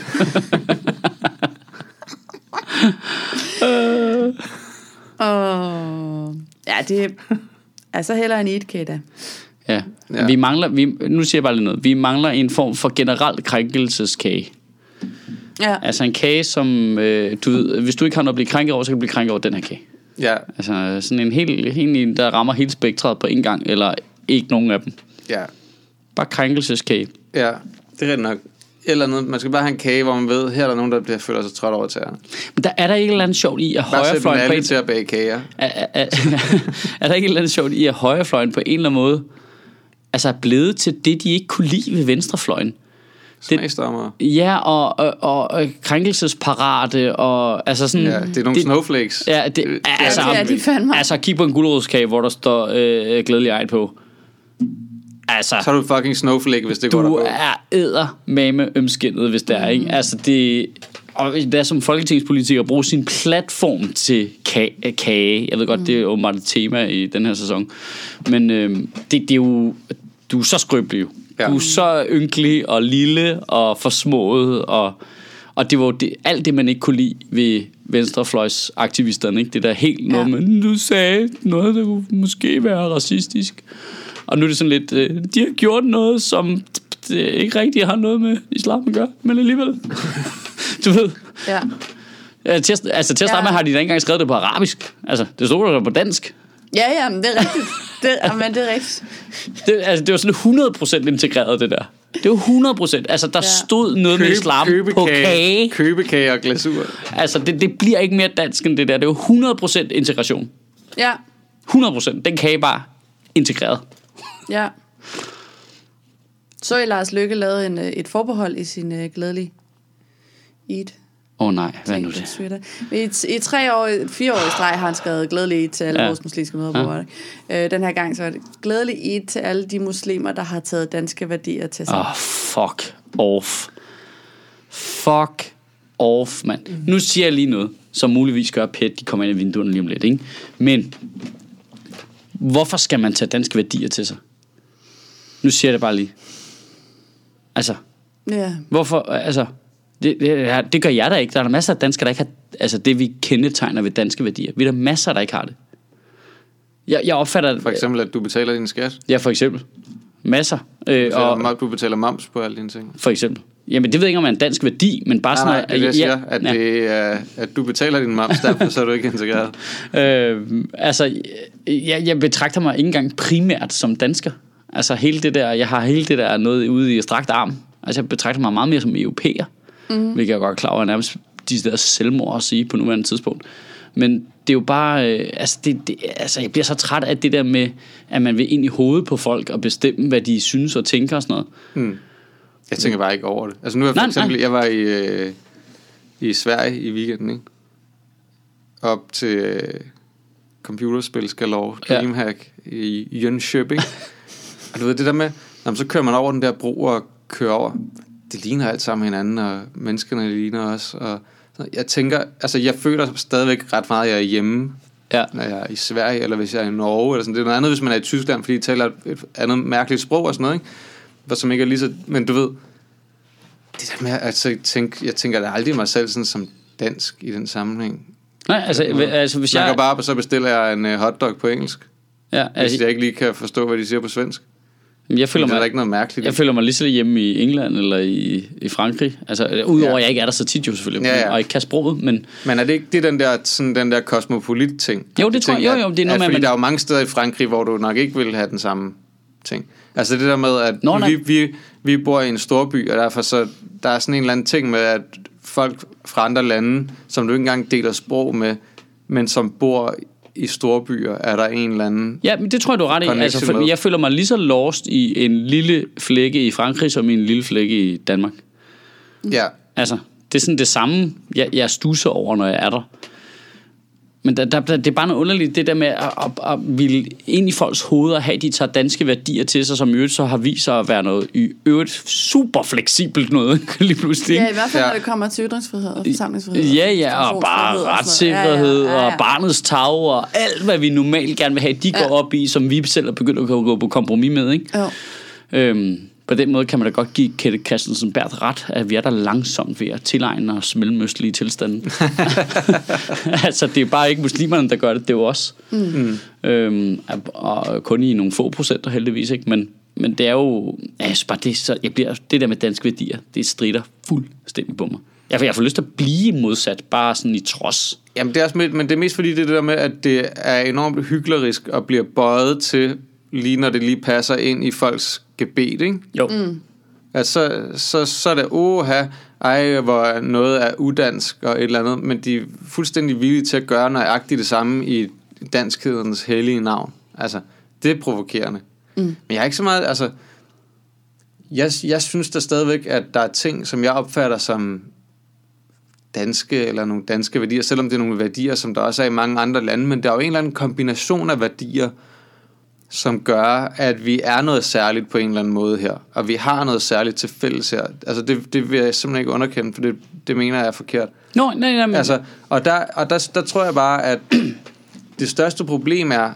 Ja, det er så heller en eatkage da. Ja. Vi mangler, nu siger jeg bare lidt noget. Vi mangler en form for generelt krænkelseskage. Ja. Altså en kage, som du ved, hvis du ikke har noget at blive krænket over, så kan du blive krænket over den her kage. Ja. Altså sådan en helt der rammer hele spektret på en gang, eller ikke nogen af dem. Ja. Bare krænkelseskage. Ja, det er ret nok. Eller noget, man skal bare have en kage, hvor man ved, her er der nogen, der føler sig trådt over tæerne. Men der er der ikke et eller andet sjovt i, at højrefløjen på en... til at bage kager. Er der ikke et eller andet sjovt i, at højrefløjen på en eller anden måde altså er blevet til det, de ikke kunne lide ved venstrefløjen? Smagsdommer. Ja, og krænkelsesparate og altså sådan. Ja, det er nogle snowflakes. Ja, det er de fandme. Altså kig på en gulerodskage, hvor der står glædelig ej på. Altså, så er du fucking snowflake, hvis det går der på. Du er eddermame ømskindet, hvis det er, ikke? Altså det... Og det er som folketingspolitiker at bruge sin platform til kage. Jeg ved godt, det er åbenbart et tema i den her sæson. Men det er jo... Du er så skrøbelig jo. Ja. Du er så ynkelig og lille og forsmået. Og det var alt det, man ikke kunne lide ved venstrefløjsaktivisterne. Ikke? Det der helt noget, men du sagde noget, der kunne måske være racistisk. Og nu er det sådan lidt, de har gjort noget, som ikke rigtig har noget med islam at gøre, men alligevel. Du ved. Ja. Til at starte med har de da ikke engang skrevet det på arabisk. Altså, det stod der på dansk. Ja, men det er rigtigt. Men det er rigtigt. Det var sådan 100% integreret, det der. Det var 100%. Altså, der stod noget med islam på kage. Købekage og glasur. Altså, det bliver ikke mere dansk end det der. Det var 100% integration. Ja. 100%. Den kage bare integreret. Ja. Så Lars Løkke lavede et forbehold i sin glædelige Eid. Nej, hvad nu det? I 4 år i streg har han skrevet glædelig Eid til alle vores muslimske medborgere. Den her gang så er det glædelig Eid til alle de muslimer, der har taget danske værdier til sig. Fuck off, mand. Nu siger jeg lige noget, som muligvis gør PET, de kommer ind i vinduerne lige om lidt, ikke? Men hvorfor skal man tage danske værdier til sig? Nu siger jeg det bare lige. Altså, hvorfor, altså, Det gør jeg da ikke. Der er der masser af danskere, der ikke har altså det, vi kendetegner ved danske værdier. Vi er der masser, der ikke har det. Jeg opfatter... For eksempel, at du betaler din skat? Ja, for eksempel. Masser. Du betaler moms på alle dine ting? For eksempel. Jamen, det ved jeg ikke, om det er en dansk værdi, men bare sådan... Nej, det er det, jeg siger. At, det er, at du betaler din moms, derfor så er du ikke integreret. Jeg betragter mig ikke engang primært som dansker. Altså, hele det der... Jeg har hele det der noget ude i strakt arm. Altså, jeg betragter mig meget mere som europæer. Hvilket jeg godt klar over, nærmest de der selvmord at sige på nuværende tidspunkt. Men det er jo bare... jeg bliver så træt af det der med, at man vil ind i hovedet på folk og bestemme, hvad de synes og tænker og sådan noget. Jeg tænker bare ikke over det. Altså nu er for eksempel, jeg var i Sverige i weekenden, ikke? Op til computerspilsgalore, Dreamhack i Jönköping. Og du ved det der med, så kører man over den der bro og kører over. Det ligner alt sammen hinanden, og menneskerne ligner også. Og jeg tænker, altså jeg føler stadigvæk ret meget, at jeg er hjemme, når jeg er i Sverige, eller hvis jeg er i Norge, eller sådan. Det er noget andet, hvis man er i Tyskland, fordi de taler et andet mærkeligt sprog og sådan noget, ikke? Som ikke er lige så, men du ved, det der med, altså, jeg tænker da aldrig mig selv sådan som dansk i den sammenhæng. Nej, altså hvis jeg... bare, så bestiller jeg en hotdog på engelsk. Ja, altså, hvis jeg ikke lige kan forstå, hvad de siger på svensk. Jeg føler mig, det er ikke noget mærkeligt. Jeg føler mig lige så hjemme i England eller i Frankrig. Altså, udover at jeg ikke er der så tit jo selvfølgelig, og ikke kan sproget, men er det ikke det den der kosmopolit ting? Jo, det tror jeg. Jo, det er noget med, fordi der er jo mange steder i Frankrig, hvor du nok ikke vil have den samme ting. Altså det der med, at vi bor i en storby, og derfor så der er sådan en eller anden ting med, at folk fra andre lande, som du ikke engang deler sprog med, men som bor i storbyer, er der en eller anden... Ja, men det tror jeg, du er ret i. Altså, jeg føler mig lige så lost i en lille flække i Frankrig, som i en lille flække i Danmark. Ja. Altså, det er sådan det samme, jeg stusser over, når jeg er der. Men det er bare noget underligt, det der med at ville ind i folks hoveder have, de tager danske værdier til sig, som i øvrigt så har vist sig at være noget i øvrigt super fleksibelt noget, lige pludselig. Ja, i hvert fald når det kommer til ytringsfrihed og forsamlingsfrihed. Ja, og bare retssikkerhed og barnets tag og alt, hvad vi normalt gerne vil have, de går op i, som vi selv er begyndt at gå på kompromis med, ikke? Jo. På den måde kan man da godt give Kette Christensen Berth ret, at vi er der langsomt ved at tilegne os mellemøstlige tilstande. Altså, det er bare ikke muslimerne, der gør det, det er jo os. Og kun i nogle få procenter heldigvis, ikke? Men det er jo... det der med danske værdier, det strider fuldstændig på mig. Jeg får lyst til at blive modsat, bare sådan i trods. Jamen, det er også men det er mest fordi det der med, at det er enormt hyklerisk og bliver bøjet til, lige når det lige passer ind i folks gebet, ikke? Jo. Altså, så er det hvor noget er udansk og et eller andet, men de er fuldstændig villige til at gøre nøjagtigt det samme i danskhedens hellige navn. Altså, det er provokerende. Men jeg er ikke så meget, altså, jeg synes da stadigvæk, at der er ting, som jeg opfatter som danske, eller nogle danske værdier, selvom det er nogle værdier, som der også er i mange andre lande, men der er jo en eller anden kombination af værdier, som gør, at vi er noget særligt på en eller anden måde her, og vi har noget særligt til fælles her. Altså det vil jeg simpelthen ikke underkende, for det mener jeg er forkert. Nej. Altså, og der tror jeg bare, at det største problem er,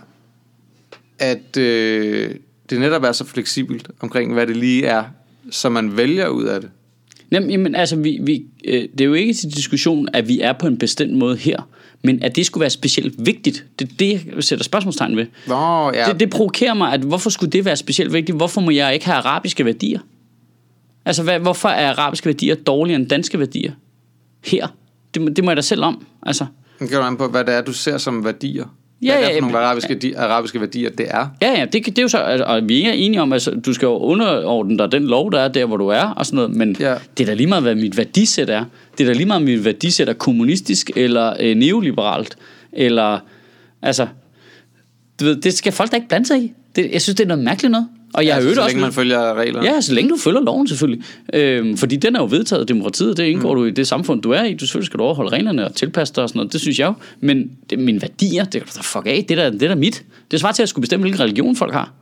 at det netop er så fleksibelt omkring, hvad det lige er, så man vælger ud af det. Jamen, altså, det er jo ikke til diskussion, at vi er på en bestemt måde her, men at det skulle være specielt vigtigt, det jeg sætter spørgsmålstegn ved. Det provokerer mig, at hvorfor skulle det være specielt vigtigt? Hvorfor må jeg ikke have arabiske værdier? Altså, hvorfor er arabiske værdier dårligere end danske værdier? Her. Det må jeg da selv om. Altså. Kan du an på, hvad det er, du ser som værdier? Hvad er det for nogle arabiske værdier, det er? Ja, det er jo så, og vi er enige om, at du skal jo underordne dig den lov, der er der, hvor du er, og sådan noget, men det er da lige meget, hvad mit værdisæt er. Det er da lige meget, mit værdisæt er kommunistisk, eller neoliberalt, eller, altså, du ved, det skal folk da ikke blande sig i. Jeg synes, det er noget mærkeligt noget. Og jeg så længe man følger reglerne. Ja, så længe du følger loven selvfølgelig. Fordi den er jo vedtaget, demokratiet, det indgår du i det samfund, du er i. Du selvfølgelig skal du overholde reglerne og tilpasse dig og sådan noget. Det synes jeg jo. Men mine værdier, det kan du da fuck af. Det er da mit. Det er svært til at skulle bestemme, hvilken religion folk har.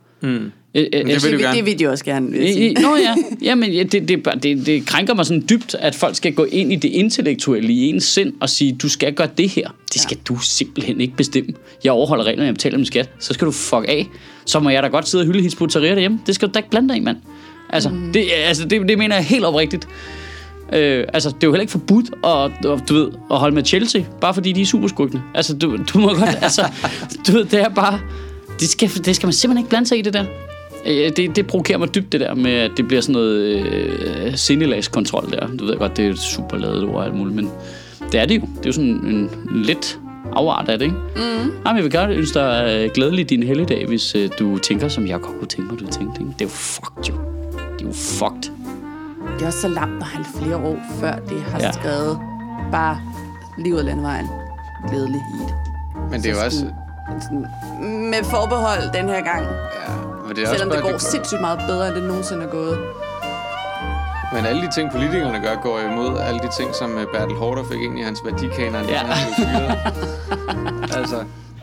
Det vil de også gerne. Nå ja. Jamen, det krænker mig sådan dybt, at folk skal gå ind i det intellektuelle i ens sind og sige, du skal gøre det her. Det skal du simpelthen ikke bestemme. Jeg overholder reglerne, jeg betaler min skat. Så skal du fuck af. Så må jeg da godt sidde og hylde Hizb ut-Tahrir derhjemme. Det skal du da ikke blande dig i, mand. Altså, det mener jeg helt oprigtigt. Altså, det er jo heller ikke forbudt at holde med Chelsea, bare fordi de er superskurkende. Altså, du må godt, altså, det er bare, det skal man simpelthen ikke blande sig i det der. Det provokerer mig dybt, det der med, at det bliver sådan noget sindelagskontrol der. Du ved godt, det er et super ladet ord og alt muligt, men det er det jo. Det er jo sådan en lidt afart af det, ikke? Men jeg vil gerne ønske dig glædelig din helligdag, hvis du tænker, som jeg godt kunne tænke mig, du tænkte. Ikke? Det er jo fucked, jo. Det er jo fucked. Det er også så langt, der har flere år før det har skrevet bare livet af landevejen. Glædelig hit. Men det er jo også... Med forbehold den her gang. Ja, men det er selvom også det går sindssygt meget bedre, end det nogensinde er gået. Men alle de ting, politikerne gør, går imod alle de ting, som Bertel Haarder fik ind i hans værdikaner. Altså...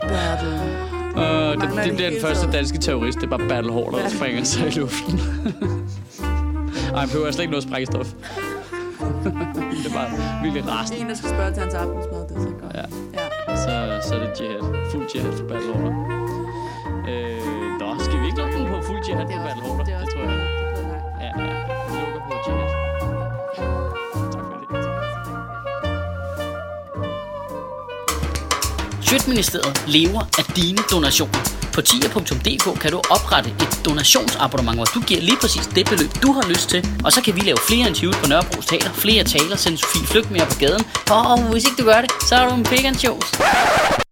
Det bliver den første danske terrorist. Det er bare Bertel Haarder, der springer sig i luften. Ej, han behøver slet ikke noget sprængstof. Det er bare virkelig rasende. En, der skal spørge til hans aftensmad, det er så godt. Ja. Så er det jihad. Fuld jihad for Bertel Haarder. Skal vi ikke lukke den på fuld jihad for Bertel Haarder? Det tror jeg. Ja. Vi lukker på jihad. Tak for det. Sjøtministeriet lever af dine donationer. På tier.dk kan du oprette et donationsabonnement, hvor du giver lige præcis det beløb, du har lyst til. Og så kan vi lave flere interviews på Nørrebros Teater, flere taler, sende Sofie Flygt mere på gaden. Og hvis ikke du gør det, så er du en pig and shows.